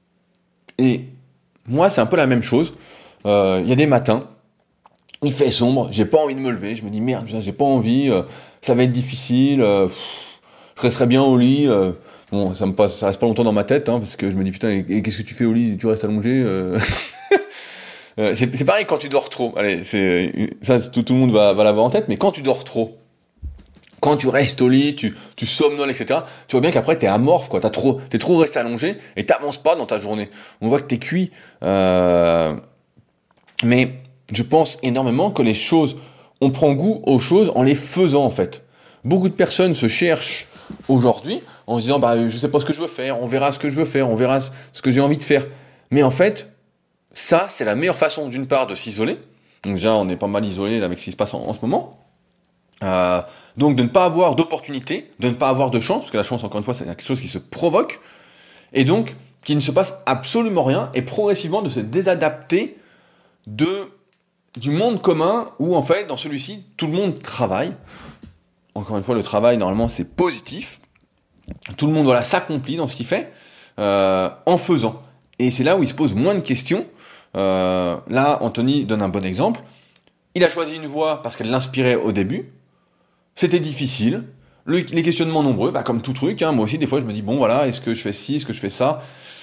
Et moi, c'est un peu la même chose. Euh, il y a des matins, il fait sombre, j'ai pas envie de me lever, je me dis merde, j'ai pas envie, euh, ça va être difficile... Euh, pff, je resterais bien au lit, euh, bon, ça me passe, ça reste pas longtemps dans ma tête, hein, parce que je me dis putain, et, et qu'est-ce que tu fais au lit, tu restes allongé euh... euh, c'est, c'est pareil quand tu dors trop, allez, c'est, ça tout, tout le monde va, va l'avoir en tête, mais quand tu dors trop, quand tu restes au lit, tu, tu somnoles, et cetera, tu vois bien qu'après t'es amorphe, quoi, t'as trop, t'es trop resté allongé, et t'avances pas dans ta journée, on voit que t'es cuit, euh... mais je pense énormément que les choses, on prend goût aux choses en les faisant en fait. Beaucoup de personnes se cherchent aujourd'hui en se disant bah je sais pas ce que je veux faire, on verra ce que je veux faire, on verra ce que j'ai envie de faire. Mais en fait, ça c'est la meilleure façon d'une part de s'isoler. Donc déjà on est pas mal isolé avec ce qui se passe en, en ce moment. Euh, donc de ne pas avoir d'opportunité, de ne pas avoir de chance, parce que la chance encore une fois c'est quelque chose qui se provoque, et donc qu'il ne se passe absolument rien, et progressivement de se désadapter de, du monde commun où en fait dans celui-ci tout le monde travaille. Encore une fois, le travail, normalement, c'est positif. Tout le monde, voilà, s'accomplit dans ce qu'il fait, euh, en faisant. Et c'est là où il se pose moins de questions. Euh, là, Anthony donne un bon exemple. Il a choisi une voie parce qu'elle l'inspirait au début. C'était difficile. Le, les questionnements nombreux, bah, comme tout truc. Hein, moi aussi, des fois, je me dis, bon, voilà, est-ce que je fais ci, est-ce que je fais ça?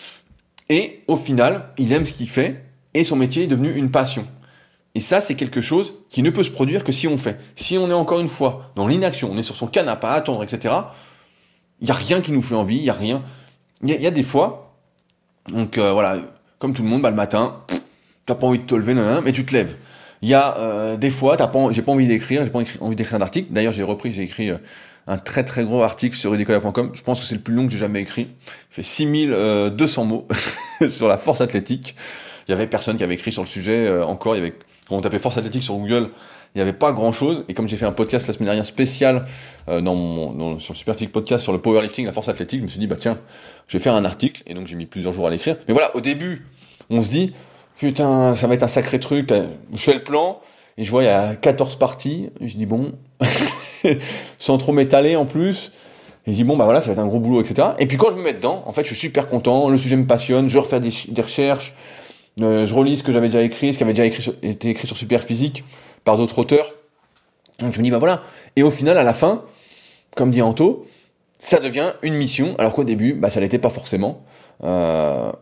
Et au final, il aime ce qu'il fait. Et son métier est devenu une passion. Et ça, c'est quelque chose qui ne peut se produire que si on fait. Si on est encore une fois dans l'inaction, on est sur son canapé à attendre, et cetera, il n'y a rien qui nous fait envie, il n'y a rien. Il y, y a des fois, donc euh, voilà, comme tout le monde, bah, le matin, tu n'as pas envie de te lever, nan, nan, mais tu te lèves. Il y a euh, des fois, t'as pas, j'ai pas envie d'écrire, j'ai pas envie d'écrire un article. D'ailleurs, j'ai repris, j'ai écrit euh, un très très gros article sur rudicoya point com. Je pense que c'est le plus long que j'ai jamais écrit. Il fait six mille deux cents mots sur la force athlétique. Il y avait personne qui avait écrit sur le sujet euh, encore. Il y avait Quand on tapait force athlétique sur Google, il n'y avait pas grand chose. Et comme j'ai fait un podcast la semaine dernière spécial euh, dans mon, dans, sur le Superphysique Podcast sur le powerlifting, la force athlétique, je me suis dit, bah tiens, je vais faire un article. Et donc j'ai mis plusieurs jours à l'écrire. Mais voilà, au début, on se dit, putain, ça va être un sacré truc. Je fais le plan, et je vois, il y a quatorze parties. Je dis, bon, sans trop m'étaler en plus. Et je dis bon bah voilà, ça va être un gros boulot, et cetera. Et puis quand je me mets dedans, en fait, je suis super content, le sujet me passionne, je refais des, des recherches, euh, je relis ce que j'avais déjà écrit, ce qui avait déjà écrit sur, été écrit sur Superphysique par d'autres auteurs. Donc je me dis bah voilà. Et au final, à la fin, comme dit Anto, ça devient une mission, alors qu'au début, bah ça l'était pas forcément. Euh...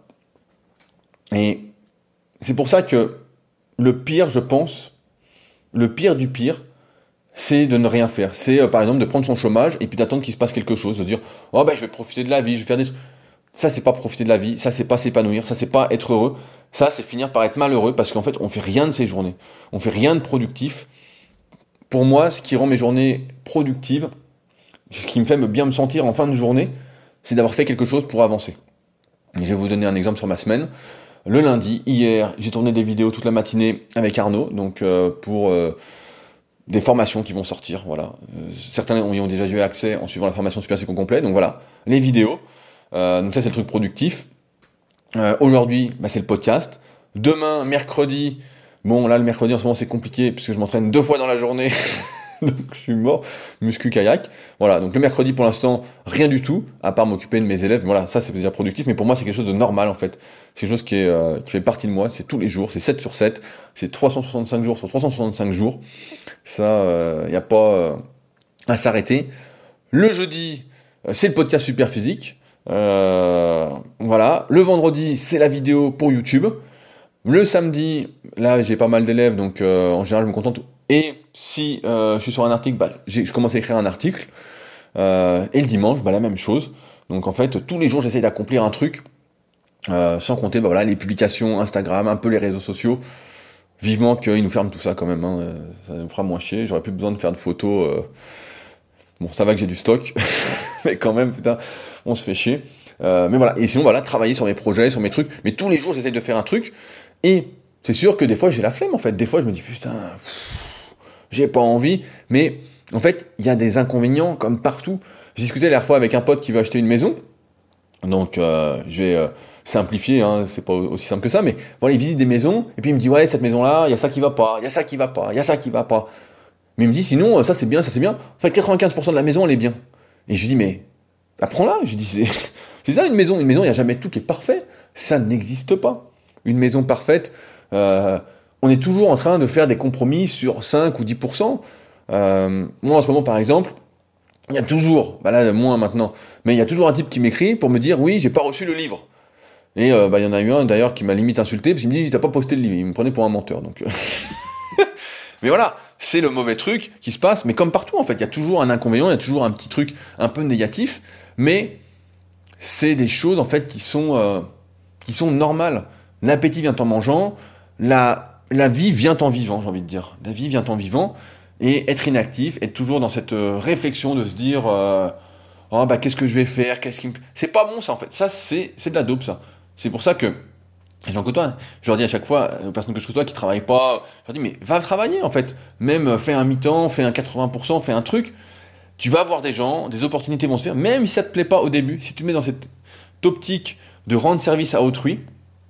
Et c'est pour ça que le pire, je pense, le pire du pire, c'est de ne rien faire. C'est euh, par exemple de prendre son chômage et puis d'attendre qu'il se passe quelque chose, de dire oh ben je vais profiter de la vie, je vais faire des trucs. Ça c'est pas profiter de la vie, ça c'est pas s'épanouir, ça c'est pas être heureux, ça c'est finir par être malheureux parce qu'en fait on fait rien de ces journées, on fait rien de productif. Pour moi, ce qui rend mes journées productives, ce qui me fait me bien me sentir en fin de journée, c'est d'avoir fait quelque chose pour avancer. Et je vais vous donner un exemple sur ma semaine. Le lundi, hier, j'ai tourné des vidéos toute la matinée avec Arnaud, donc euh, pour euh, des formations qui vont sortir, voilà. Euh, certains y ont déjà eu accès en suivant la formation Super Psycho complet, donc voilà, les vidéos. Euh, donc ça, c'est le truc productif. Euh, aujourd'hui, bah, c'est le podcast. Demain, mercredi, bon, là, le mercredi, en ce moment, c'est compliqué, puisque je m'entraîne deux fois dans la journée, donc je suis mort, muscu, kayak. Voilà, donc le mercredi, pour l'instant, rien du tout, à part m'occuper de mes élèves. Voilà, ça, c'est déjà productif, mais pour moi, c'est quelque chose de normal, en fait. C'est quelque chose qui, est, euh, qui fait partie de moi, c'est tous les jours, c'est sept sur sept, c'est trois cent soixante-cinq jours sur trois cent soixante-cinq jours. Ça, il euh, n'y a pas euh, à s'arrêter. Le jeudi, euh, c'est le podcast Superphysique. Euh, voilà. Le vendredi, c'est la vidéo pour YouTube. Le samedi, là, j'ai pas mal d'élèves, donc euh, en général, je me contente. Et si euh, je suis sur un article, bah, j'ai, je commence à écrire un article. Euh, et le dimanche, bah, la même chose. Donc en fait, tous les jours, j'essaye d'accomplir un truc. Euh, sans compter bah, voilà, les publications Instagram, un peu les réseaux sociaux. Vivement qu'ils nous ferment tout ça quand même. Hein. Ça nous fera moins chier. J'aurais plus besoin de faire de photos. Euh... Bon, ça va que j'ai du stock. Mais quand même, putain, on se fait chier. Euh, mais voilà. Et sinon, voilà, travailler sur mes projets, sur mes trucs. Mais tous les jours, j'essaye de faire un truc. Et c'est sûr que des fois, j'ai la flemme en fait. Des fois, je me dis, putain, pff, j'ai pas envie. Mais en fait, il y a des inconvénients comme partout. J'ai discuté la dernière fois avec un pote qui veut acheter une maison. Donc, euh, je vais euh, simplifier, hein, c'est pas aussi simple que ça, mais voilà, il visite des maisons, et puis il me dit, ouais, cette maison-là, il y a ça qui va pas, il y a ça qui va pas, il y a ça qui va pas. Mais il me dit, sinon, ça c'est bien, ça c'est bien. En fait, quatre-vingt-quinze pour cent de la maison, elle est bien. Et je lui dis, mais, apprends-la. Je lui dis, c'est, c'est ça une maison. Une maison, il n'y a jamais tout qui est parfait. Ça n'existe pas. Une maison parfaite, euh, on est toujours en train de faire des compromis sur cinq ou dix pour cent. Euh, moi, en ce moment, par exemple, il y a toujours, bah là moins maintenant, mais il y a toujours un type qui m'écrit pour me dire oui, j'ai pas reçu le livre. Et euh, bah il y en a eu un d'ailleurs qui m'a limite insulté parce qu'il me dit t'as pas posté le livre, il me prenait pour un menteur. Donc, euh... mais voilà, c'est le mauvais truc qui se passe. Mais comme partout en fait, il y a toujours un inconvénient, il y a toujours un petit truc un peu négatif, mais c'est des choses en fait qui sont euh, qui sont normales. L'appétit vient en mangeant, la la vie vient en vivant, j'ai envie de dire. La vie vient en vivant. Et être inactif, être toujours dans cette euh, réflexion de se dire euh, oh bah qu'est-ce que je vais faire, qu'est-ce qui me... C'est pas bon ça en fait, ça c'est, c'est de la dope ça. C'est pour ça que les gens côtoie, je leur dis à chaque fois, aux personnes que je côtoie qui travaillent pas, je leur dis mais va travailler en fait. Même euh, fais un mi-temps, fais un quatre-vingts pour cent, fais un truc, tu vas avoir des gens, des opportunités vont se faire, même si ça te plaît pas au début, si tu te mets dans cette optique de rendre service à autrui,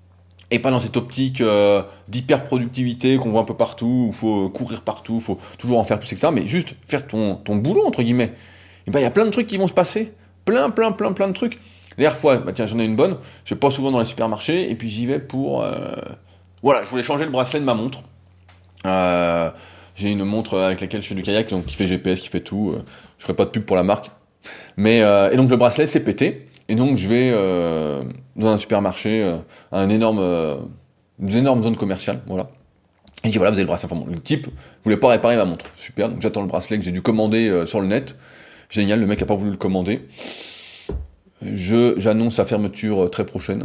et pas dans cette optique euh, d'hyper-productivité qu'on voit un peu partout, où il faut courir partout, il faut toujours en faire plus, et cetera. Mais juste faire ton, ton boulot, entre guillemets. Et ben il y a plein de trucs qui vont se passer. Plein, plein, plein, plein de trucs. La dernière fois, bah tiens, j'en ai une bonne. Je vais pas souvent dans les supermarchés, et puis j'y vais pour... Euh... Voilà, je voulais changer le bracelet de ma montre. Euh... J'ai une montre avec laquelle je fais du kayak, donc qui fait G P S, qui fait tout. Je ferai pas de pub pour la marque. Mais, euh... Et donc le bracelet s'est pété. Et donc je vais euh, dans un supermarché, euh, un énorme, euh, une énorme zone commerciale, voilà. Et il dit voilà, vous avez le bracelet. Enfin bon, le type voulait pas réparer ma montre, super. Donc j'attends le bracelet que j'ai dû commander euh, sur le net. Génial, le mec a pas voulu le commander. Je, j'annonce sa fermeture euh, très prochaine.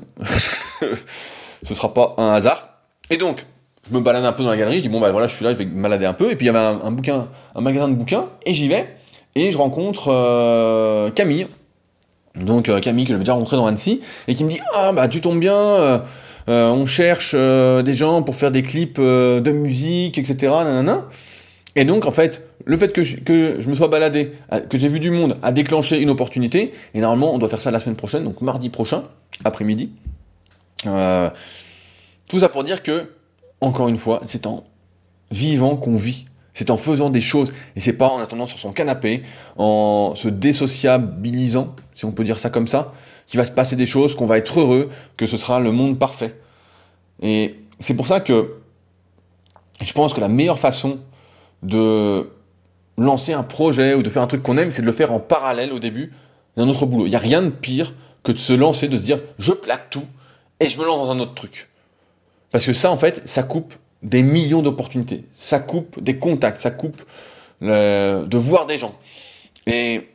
Ce sera pas un hasard. Et donc je me balade un peu dans la galerie. Je dis bon bah voilà, je suis là, je vais me balader un peu. Et puis il y avait un, un bouquin, un magasin de bouquins, et j'y vais. Et je rencontre euh, Camille. Donc euh, Camille que j'avais déjà rencontré dans Annecy et qui me dit ah bah tu tombes bien, euh, euh, on cherche euh, des gens pour faire des clips euh, de musique, et cetera. Nanana. Et donc en fait le fait que je, que je me sois baladé, que j'ai vu du monde, a déclenché une opportunité. Et normalement on doit faire ça la semaine prochaine, donc mardi prochain après-midi. Euh, tout ça pour dire que encore une fois c'est en vivant qu'on vit. C'est en faisant des choses, et c'est pas en attendant sur son canapé, en se désociabilisant, si on peut dire ça comme ça, qu'il va se passer des choses, qu'on va être heureux, que ce sera le monde parfait. Et c'est pour ça que je pense que la meilleure façon de lancer un projet ou de faire un truc qu'on aime, c'est de le faire en parallèle au début d'un autre boulot. Il n'y a rien de pire que de se lancer, de se dire « je plaque tout et je me lance dans un autre truc ». Parce que ça, en fait, ça coupe des millions d'opportunités. Ça coupe des contacts, ça coupe le... de voir des gens. Et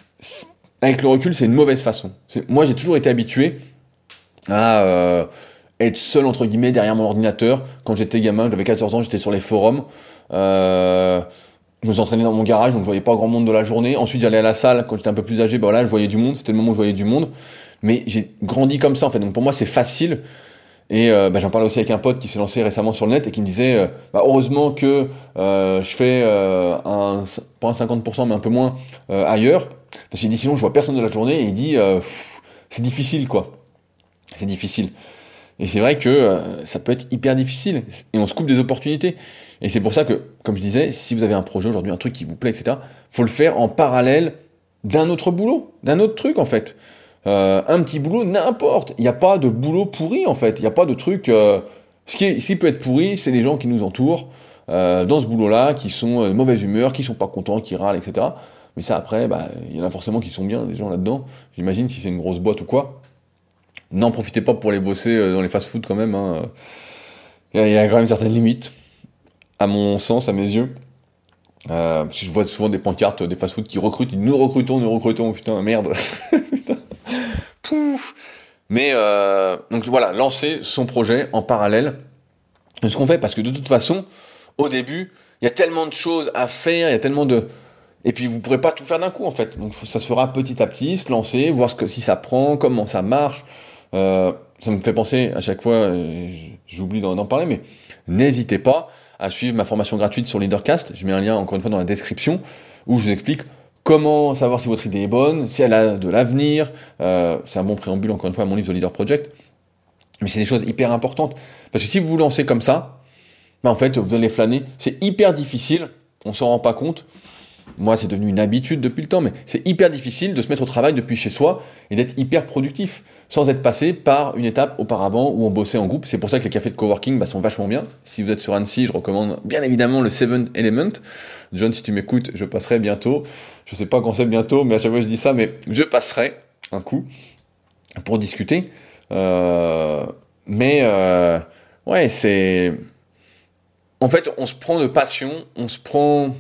avec le recul, c'est une mauvaise façon. C'est... Moi, j'ai toujours été habitué à euh, être seul, entre guillemets, derrière mon ordinateur. Quand j'étais gamin, j'avais quatorze ans, j'étais sur les forums. Euh... Je me suis entraîné dans mon garage, donc je voyais pas grand monde de la journée. Ensuite, j'allais à la salle. Quand j'étais un peu plus âgé, bah voilà, je voyais du monde. C'était le moment où je voyais du monde. Mais j'ai grandi comme ça, en fait. Donc pour moi, c'est facile. Et euh, bah, j'en parlais aussi avec un pote qui s'est lancé récemment sur le net et qui me disait euh, bah, heureusement que euh, je fais euh, un, pas un cinquante pour cent, mais un peu moins euh, ailleurs. Parce qu'il dit sinon, je vois personne de la journée. Et il dit euh, pff, c'est difficile, quoi. C'est difficile. Et c'est vrai que euh, ça peut être hyper difficile. Et on se coupe des opportunités. Et c'est pour ça que, comme je disais, si vous avez un projet aujourd'hui, un truc qui vous plaît, et cetera, faut le faire en parallèle d'un autre boulot, d'un autre truc en fait. Euh, un petit boulot, n'importe. Il n'y a pas de boulot pourri en fait. Il n'y a pas de truc. Euh... Ce, qui est, ce qui peut être pourri, c'est les gens qui nous entourent euh, dans ce boulot-là, qui sont de mauvaise humeur, qui sont pas contents, qui râlent, et cetera. Mais ça, après, bah, il y en a forcément qui sont bien, des gens là-dedans. J'imagine si c'est une grosse boîte ou quoi. N'en profitez pas pour les bosser dans les fast-food quand même. Hein. Il y a, il y a quand même certaines limites. À mon sens, à mes yeux. Euh, parce que je vois souvent des pancartes, des fast-food qui recrutent, ils nous recrutons, nous recrutons, putain, merde. Putain. Pouf. Mais, euh, donc voilà, lancer son projet en parallèle de ce qu'on fait, parce que de toute façon, au début, il y a tellement de choses à faire, il y a tellement de... Et puis vous pourrez pas tout faire d'un coup, en fait. Donc ça se fera petit à petit, se lancer, voir ce que, si ça prend, comment ça marche. Euh, ça me fait penser à chaque fois, j'oublie d'en, d'en parler, mais n'hésitez pas à suivre ma formation gratuite sur Leadercast. Je mets un lien encore une fois dans la description où je vous explique comment savoir si votre idée est bonne, si elle a de l'avenir. Euh, c'est un bon préambule encore une fois à mon livre The Leader Project. Mais c'est des choses hyper importantes. Parce que si vous vous lancez comme ça, bah en fait vous allez flâner. C'est hyper difficile, on s'en rend pas compte. Moi c'est devenu une habitude depuis le temps, mais c'est hyper difficile de se mettre au travail depuis chez soi et d'être hyper productif sans être passé par une étape auparavant où on bossait en groupe. C'est pour ça que les cafés de coworking bah, sont vachement bien. Si vous êtes sur Annecy, je recommande bien évidemment le Seven Element. John, si tu m'écoutes, je passerai bientôt. Je sais pas quand c'est bientôt, mais à chaque fois je dis ça, mais je passerai un coup pour discuter. Euh, mais euh, ouais, c'est... En fait, on se prend de passion, on se prend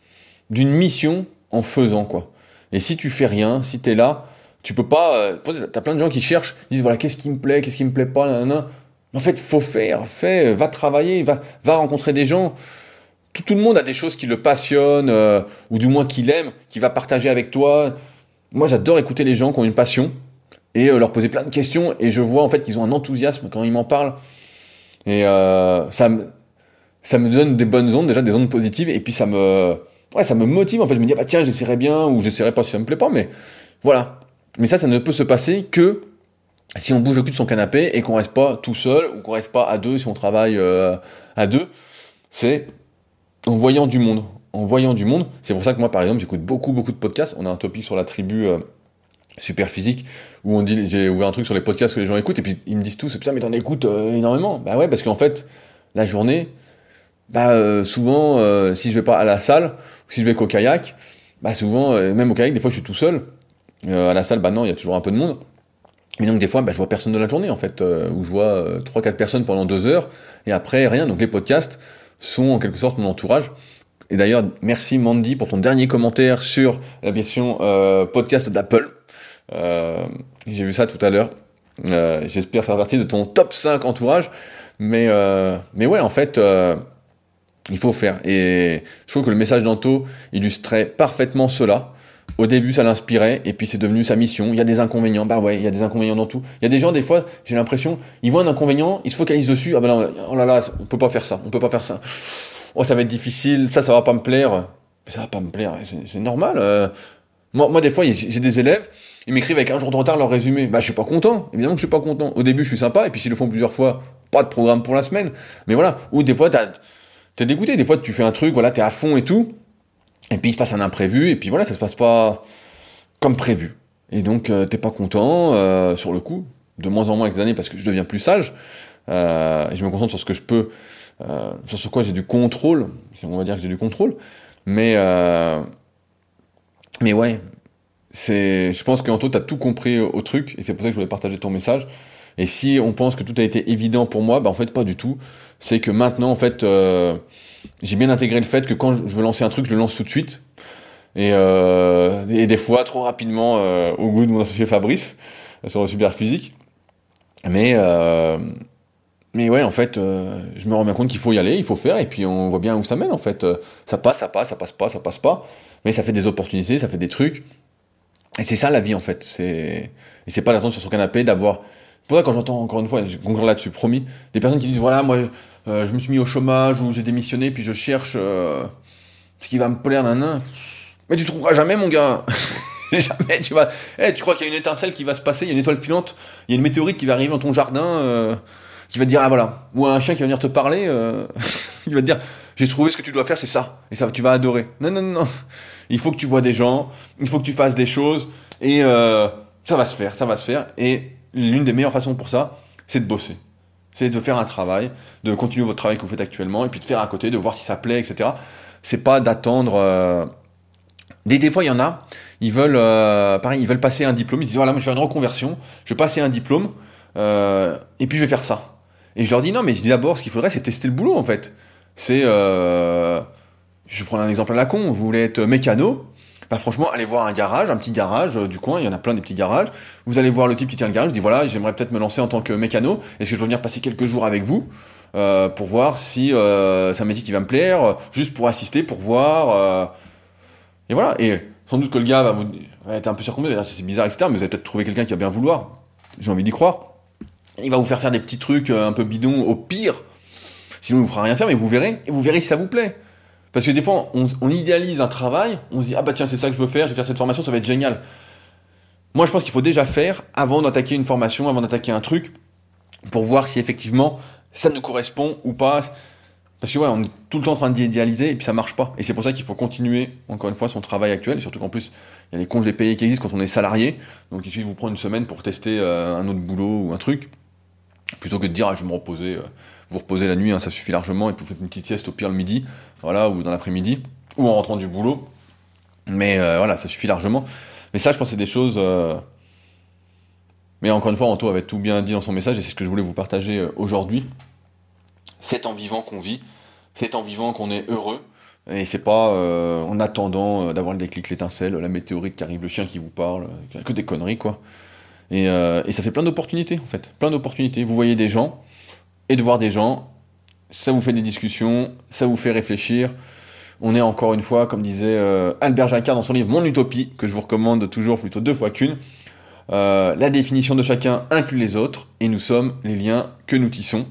d'une mission en faisant, quoi. Et si tu fais rien, si t'es là, tu peux pas... Euh, t'as plein de gens qui cherchent, disent, voilà, qu'est-ce qui me plaît, qu'est-ce qui me plaît pas, nanana. En fait, faut faire, fais, va travailler, va, va rencontrer des gens. Tout, tout le monde a des choses qui le passionnent, euh, ou du moins qui l'aiment, qui va partager avec toi. Moi, j'adore écouter les gens qui ont une passion, et euh, leur poser plein de questions, et je vois, en fait, qu'ils ont un enthousiasme quand ils m'en parlent. Et euh, ça me... ça me donne des bonnes ondes, déjà des ondes positives, et puis ça me... Ouais, ça me motive, en fait, je me dis, bah tiens, j'essaierai bien, ou j'essaierai pas si ça me plaît pas, mais voilà. Mais ça, ça ne peut se passer que si on bouge le cul de son canapé et qu'on reste pas tout seul, ou qu'on reste pas à deux si on travaille euh, à deux. C'est en voyant du monde. En voyant du monde. C'est pour ça que moi, par exemple, j'écoute beaucoup, beaucoup de podcasts. On a un topic sur la tribu euh, Super Physique, où on dit, j'ai ouvert un truc sur les podcasts que les gens écoutent, et puis ils me disent tous, putain, mais t'en écoutes euh, énormément. Bah ouais, parce qu'en fait, la journée, bah euh, souvent, euh, si je vais pas à la salle, ou si je vais qu'au kayak, bah souvent, euh, même au kayak, des fois je suis tout seul. Euh, à la salle, bah non, il y a toujours un peu de monde. Mais donc des fois, bah, je vois personne de la journée, en fait, euh, où je vois euh, trois quatre personnes pendant deux heures, et après, rien. Donc les podcasts sont en quelque sorte mon entourage. Et d'ailleurs, merci Mandy pour ton dernier commentaire sur la version euh, podcast d'Apple. Euh, j'ai vu ça tout à l'heure. Euh, j'espère faire partie de ton top cinq entourage. Mais, euh, mais ouais, en fait... Euh, il faut faire. Et je trouve que le message d'Anto illustrait parfaitement cela. Au début, ça l'inspirait, et puis c'est devenu sa mission. Il y a des inconvénients. Bah ouais, il y a des inconvénients dans tout. Il y a des gens, des fois, j'ai l'impression, ils voient un inconvénient, ils se focalisent dessus. Ah bah non, oh là là, on peut pas faire ça, on peut pas faire ça. Oh, ça va être difficile, ça, ça va pas me plaire. Mais ça va pas me plaire, c'est, c'est normal. Euh, moi, moi, des fois, j'ai des élèves, ils m'écrivent avec un jour de retard leur résumé. Bah, je suis pas content. Évidemment que je suis pas content. Au début, je suis sympa, et puis s'ils le font plusieurs fois, pas de programme pour la semaine. Mais voilà. Ou des fois, t'as... t'es dégoûté. Des fois, tu fais un truc, voilà, t'es à fond et tout, et puis il se passe un imprévu, et puis voilà, ça se passe pas comme prévu. Et donc, euh, t'es pas content, euh, sur le coup, de moins en moins avec les années, parce que je deviens plus sage, euh, et je me concentre sur ce que je peux, euh, sur ce quoi j'ai du contrôle, on va dire que j'ai du contrôle, mais, euh, mais ouais, c'est, je pense qu'Anto, t'as tout compris au, au truc, et c'est pour ça que je voulais partager ton message. Et si on pense que tout a été évident pour moi, bah en fait pas du tout. C'est que maintenant, en fait, euh, j'ai bien intégré le fait que quand je veux lancer un truc, je le lance tout de suite. Et, euh, et des fois, trop rapidement, euh, au goût de mon associé Fabrice, euh, sur le super physique. Mais, euh, mais ouais, en fait, euh, je me rends bien compte qu'il faut y aller, il faut faire, et puis on voit bien où ça mène, en fait. Euh, ça passe, ça passe, ça passe pas, ça passe pas. Mais ça fait des opportunités, ça fait des trucs. Et c'est ça la vie, en fait. C'est, et c'est pas d'attendre sur son canapé, d'avoir... Pour ça, quand j'entends, encore une fois, je conclure là-dessus, promis, des personnes qui disent, voilà, moi, euh, je me suis mis au chômage, ou j'ai démissionné, puis je cherche euh, ce qui va me plaire, nan. Mais tu trouveras jamais, mon gars. Jamais, tu vas... Eh, tu crois qu'il y a une étincelle qui va se passer, il y a une étoile filante, il y a une météorite qui va arriver dans ton jardin, euh, qui va te dire, ah voilà, ou un chien qui va venir te parler, euh, qui va te dire, j'ai trouvé ce que tu dois faire, c'est ça, et ça, tu vas adorer. Non, non, non, il faut que tu vois des gens, il faut que tu fasses des choses, et euh, ça va se faire, ça va se faire, et l'une des meilleures façons pour ça, c'est de bosser. C'est de faire un travail, de continuer votre travail que vous faites actuellement, et puis de faire à côté, de voir si ça plaît, et cetera. C'est pas d'attendre... Euh... Des, des fois, il y en a, ils veulent, euh, pareil, ils veulent passer un diplôme, ils disent, voilà, moi je vais faire une reconversion, je vais passer un diplôme, euh, et puis je vais faire ça. Et je leur dis, non, mais je dis d'abord, ce qu'il faudrait, c'est tester le boulot, en fait. C'est... Euh... Je prends un exemple à la con, vous voulez être mécano, bah franchement, allez voir un garage, un petit garage euh, du coin, il y en a plein des petits garages, vous allez voir le type qui tient le garage, je dis voilà, j'aimerais peut-être me lancer en tant que mécano, est-ce que je dois venir passer quelques jours avec vous euh, pour voir si euh, c'est un métier qui va me plaire, euh, juste pour assister, pour voir, euh, et voilà, et sans doute que le gars va vous va être un peu surcomblé, c'est bizarre, et cetera, mais vous allez peut-être trouver quelqu'un qui va bien vouloir, j'ai envie d'y croire, il va vous faire faire des petits trucs euh, un peu bidons, au pire, sinon il vous fera rien faire, mais vous verrez, et vous verrez si ça vous plaît. Parce que des fois, on, on idéalise un travail, on se dit « Ah bah tiens, c'est ça que je veux faire, je vais faire cette formation, ça va être génial. » Moi, je pense qu'il faut déjà faire avant d'attaquer une formation, avant d'attaquer un truc, pour voir si effectivement ça nous correspond ou pas. Parce que ouais, on est tout le temps en train d'idéaliser et puis ça marche pas. Et c'est pour ça qu'il faut continuer, encore une fois, son travail actuel. Et surtout qu'en plus, il y a les congés payés qui existent quand on est salarié. Donc il suffit de vous prendre une semaine pour tester euh, un autre boulot ou un truc. Plutôt que de dire ah, « Je vais me reposer euh, ». Vous reposez la nuit, hein, ça suffit largement, et puis vous faites une petite sieste au pire le midi, voilà, ou dans l'après-midi, ou en rentrant du boulot. Mais euh, voilà, ça suffit largement. Mais ça, je pense que c'est des choses... Euh... Mais encore une fois, Anto avait tout bien dit dans son message, et c'est ce que je voulais vous partager euh, aujourd'hui. C'est en vivant qu'on vit, c'est en vivant qu'on est heureux, et c'est pas euh, en attendant euh, d'avoir le déclic, l'étincelle, la météorite qui arrive, le chien qui vous parle, euh, que des conneries, quoi. Et, euh, et ça fait plein d'opportunités, en fait, plein d'opportunités. Vous voyez des gens... Et de voir des gens, ça vous fait des discussions, ça vous fait réfléchir. On est encore une fois, comme disait euh, Albert Jacquard dans son livre Mon Utopie, que je vous recommande toujours plutôt deux fois qu'une, euh, la définition de chacun inclut les autres, et nous sommes les liens que nous tissons.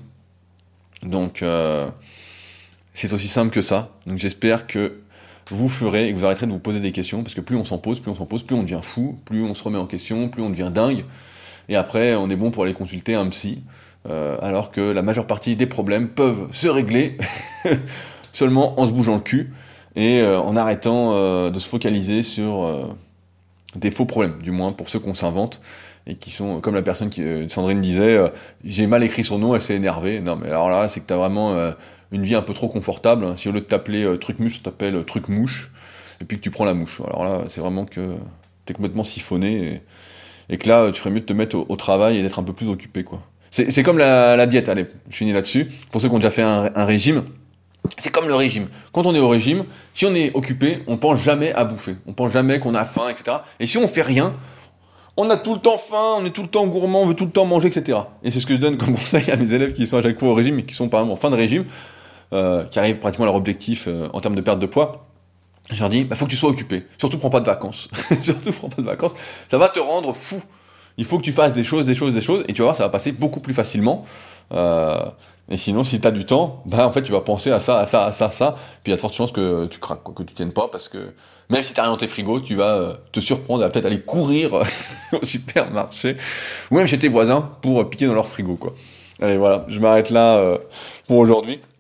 Donc, euh, c'est aussi simple que ça. Donc j'espère que vous ferez et que vous arrêterez de vous poser des questions, parce que plus on s'en pose, plus on s'en pose, plus on devient fou, plus on se remet en question, plus on devient dingue. Et après, on est bon pour aller consulter un psy. Euh, alors que la majeure partie des problèmes peuvent se régler seulement en se bougeant le cul et euh, en arrêtant euh, de se focaliser sur euh, des faux problèmes, du moins pour ceux qu'on s'invente et qui sont, comme la personne qui, euh, Sandrine disait, euh, j'ai mal écrit son nom, elle s'est énervée. Non mais alors là, c'est que t'as vraiment euh, une vie un peu trop confortable. Si au lieu de t'appeler euh, truc mouche, tu t'appelles truc mouche, et puis que tu prends la mouche. Alors là, c'est vraiment que t'es complètement siphonné et, et que là, tu ferais mieux de te mettre au, au travail et d'être un peu plus occupé, quoi. C'est, c'est comme la, la diète, allez, je finis là-dessus. Pour ceux qui ont déjà fait un, un régime, c'est comme le régime. Quand on est au régime, si on est occupé, on pense jamais à bouffer. On pense jamais qu'on a faim, et cetera. Et si on fait rien, on a tout le temps faim, on est tout le temps gourmand, on veut tout le temps manger, et cetera. Et c'est ce que je donne comme conseil à mes élèves qui sont à chaque fois au régime et qui sont par exemple en fin de régime, euh, qui arrivent pratiquement à leur objectif euh, en termes de perte de poids. Je leur dis, bah, faut que tu sois occupé. Surtout, prends pas de vacances. Surtout, prends pas de vacances. Ça va te rendre fou. Il faut que tu fasses des choses, des choses, des choses, et tu vas voir, ça va passer beaucoup plus facilement. Euh, et sinon, si tu as du temps, bah, en fait, tu vas penser à ça, à ça, à ça, à ça, puis il y a de fortes chances que tu craques, quoi, que tu tiennes pas, parce que même si tu n'as rien dans tes frigos, tu vas euh, te surprendre à peut-être aller courir au supermarché, ou même chez tes voisins, pour euh, piquer dans leur frigo, quoi. Allez, voilà, je m'arrête là euh, pour aujourd'hui.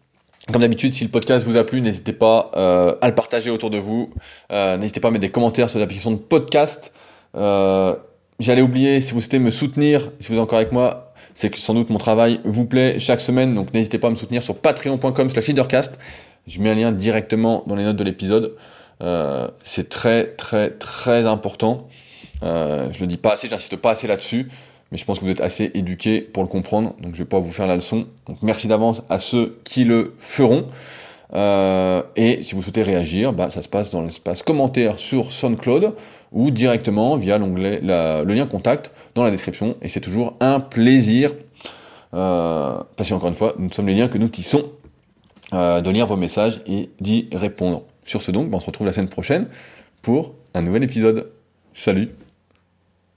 Comme d'habitude, si le podcast vous a plu, n'hésitez pas euh, à le partager autour de vous. Euh, n'hésitez pas à mettre des commentaires sur l'application de podcast. Euh, j'allais oublier, si vous souhaitez me soutenir, si vous êtes encore avec moi, c'est que sans doute mon travail vous plaît chaque semaine. Donc n'hésitez pas à me soutenir sur patreon point com slash leadercast. Je mets un lien directement dans les notes de l'épisode. Euh, c'est très très très important. Euh, je le dis pas assez, j'insiste pas assez là-dessus. Mais je pense que vous êtes assez éduqués pour le comprendre, donc je vais pas vous faire la leçon. Donc merci d'avance à ceux qui le feront. Euh, et si vous souhaitez réagir, bah, ça se passe dans l'espace commentaire sur SoundCloud ou directement via l'onglet, la, le lien contact dans la description. Et c'est toujours un plaisir, euh, parce qu'encore une fois, nous sommes les liens que nous tissons, euh, de lire vos messages et d'y répondre. Sur ce donc, bah, on se retrouve la semaine prochaine pour un nouvel épisode. Salut!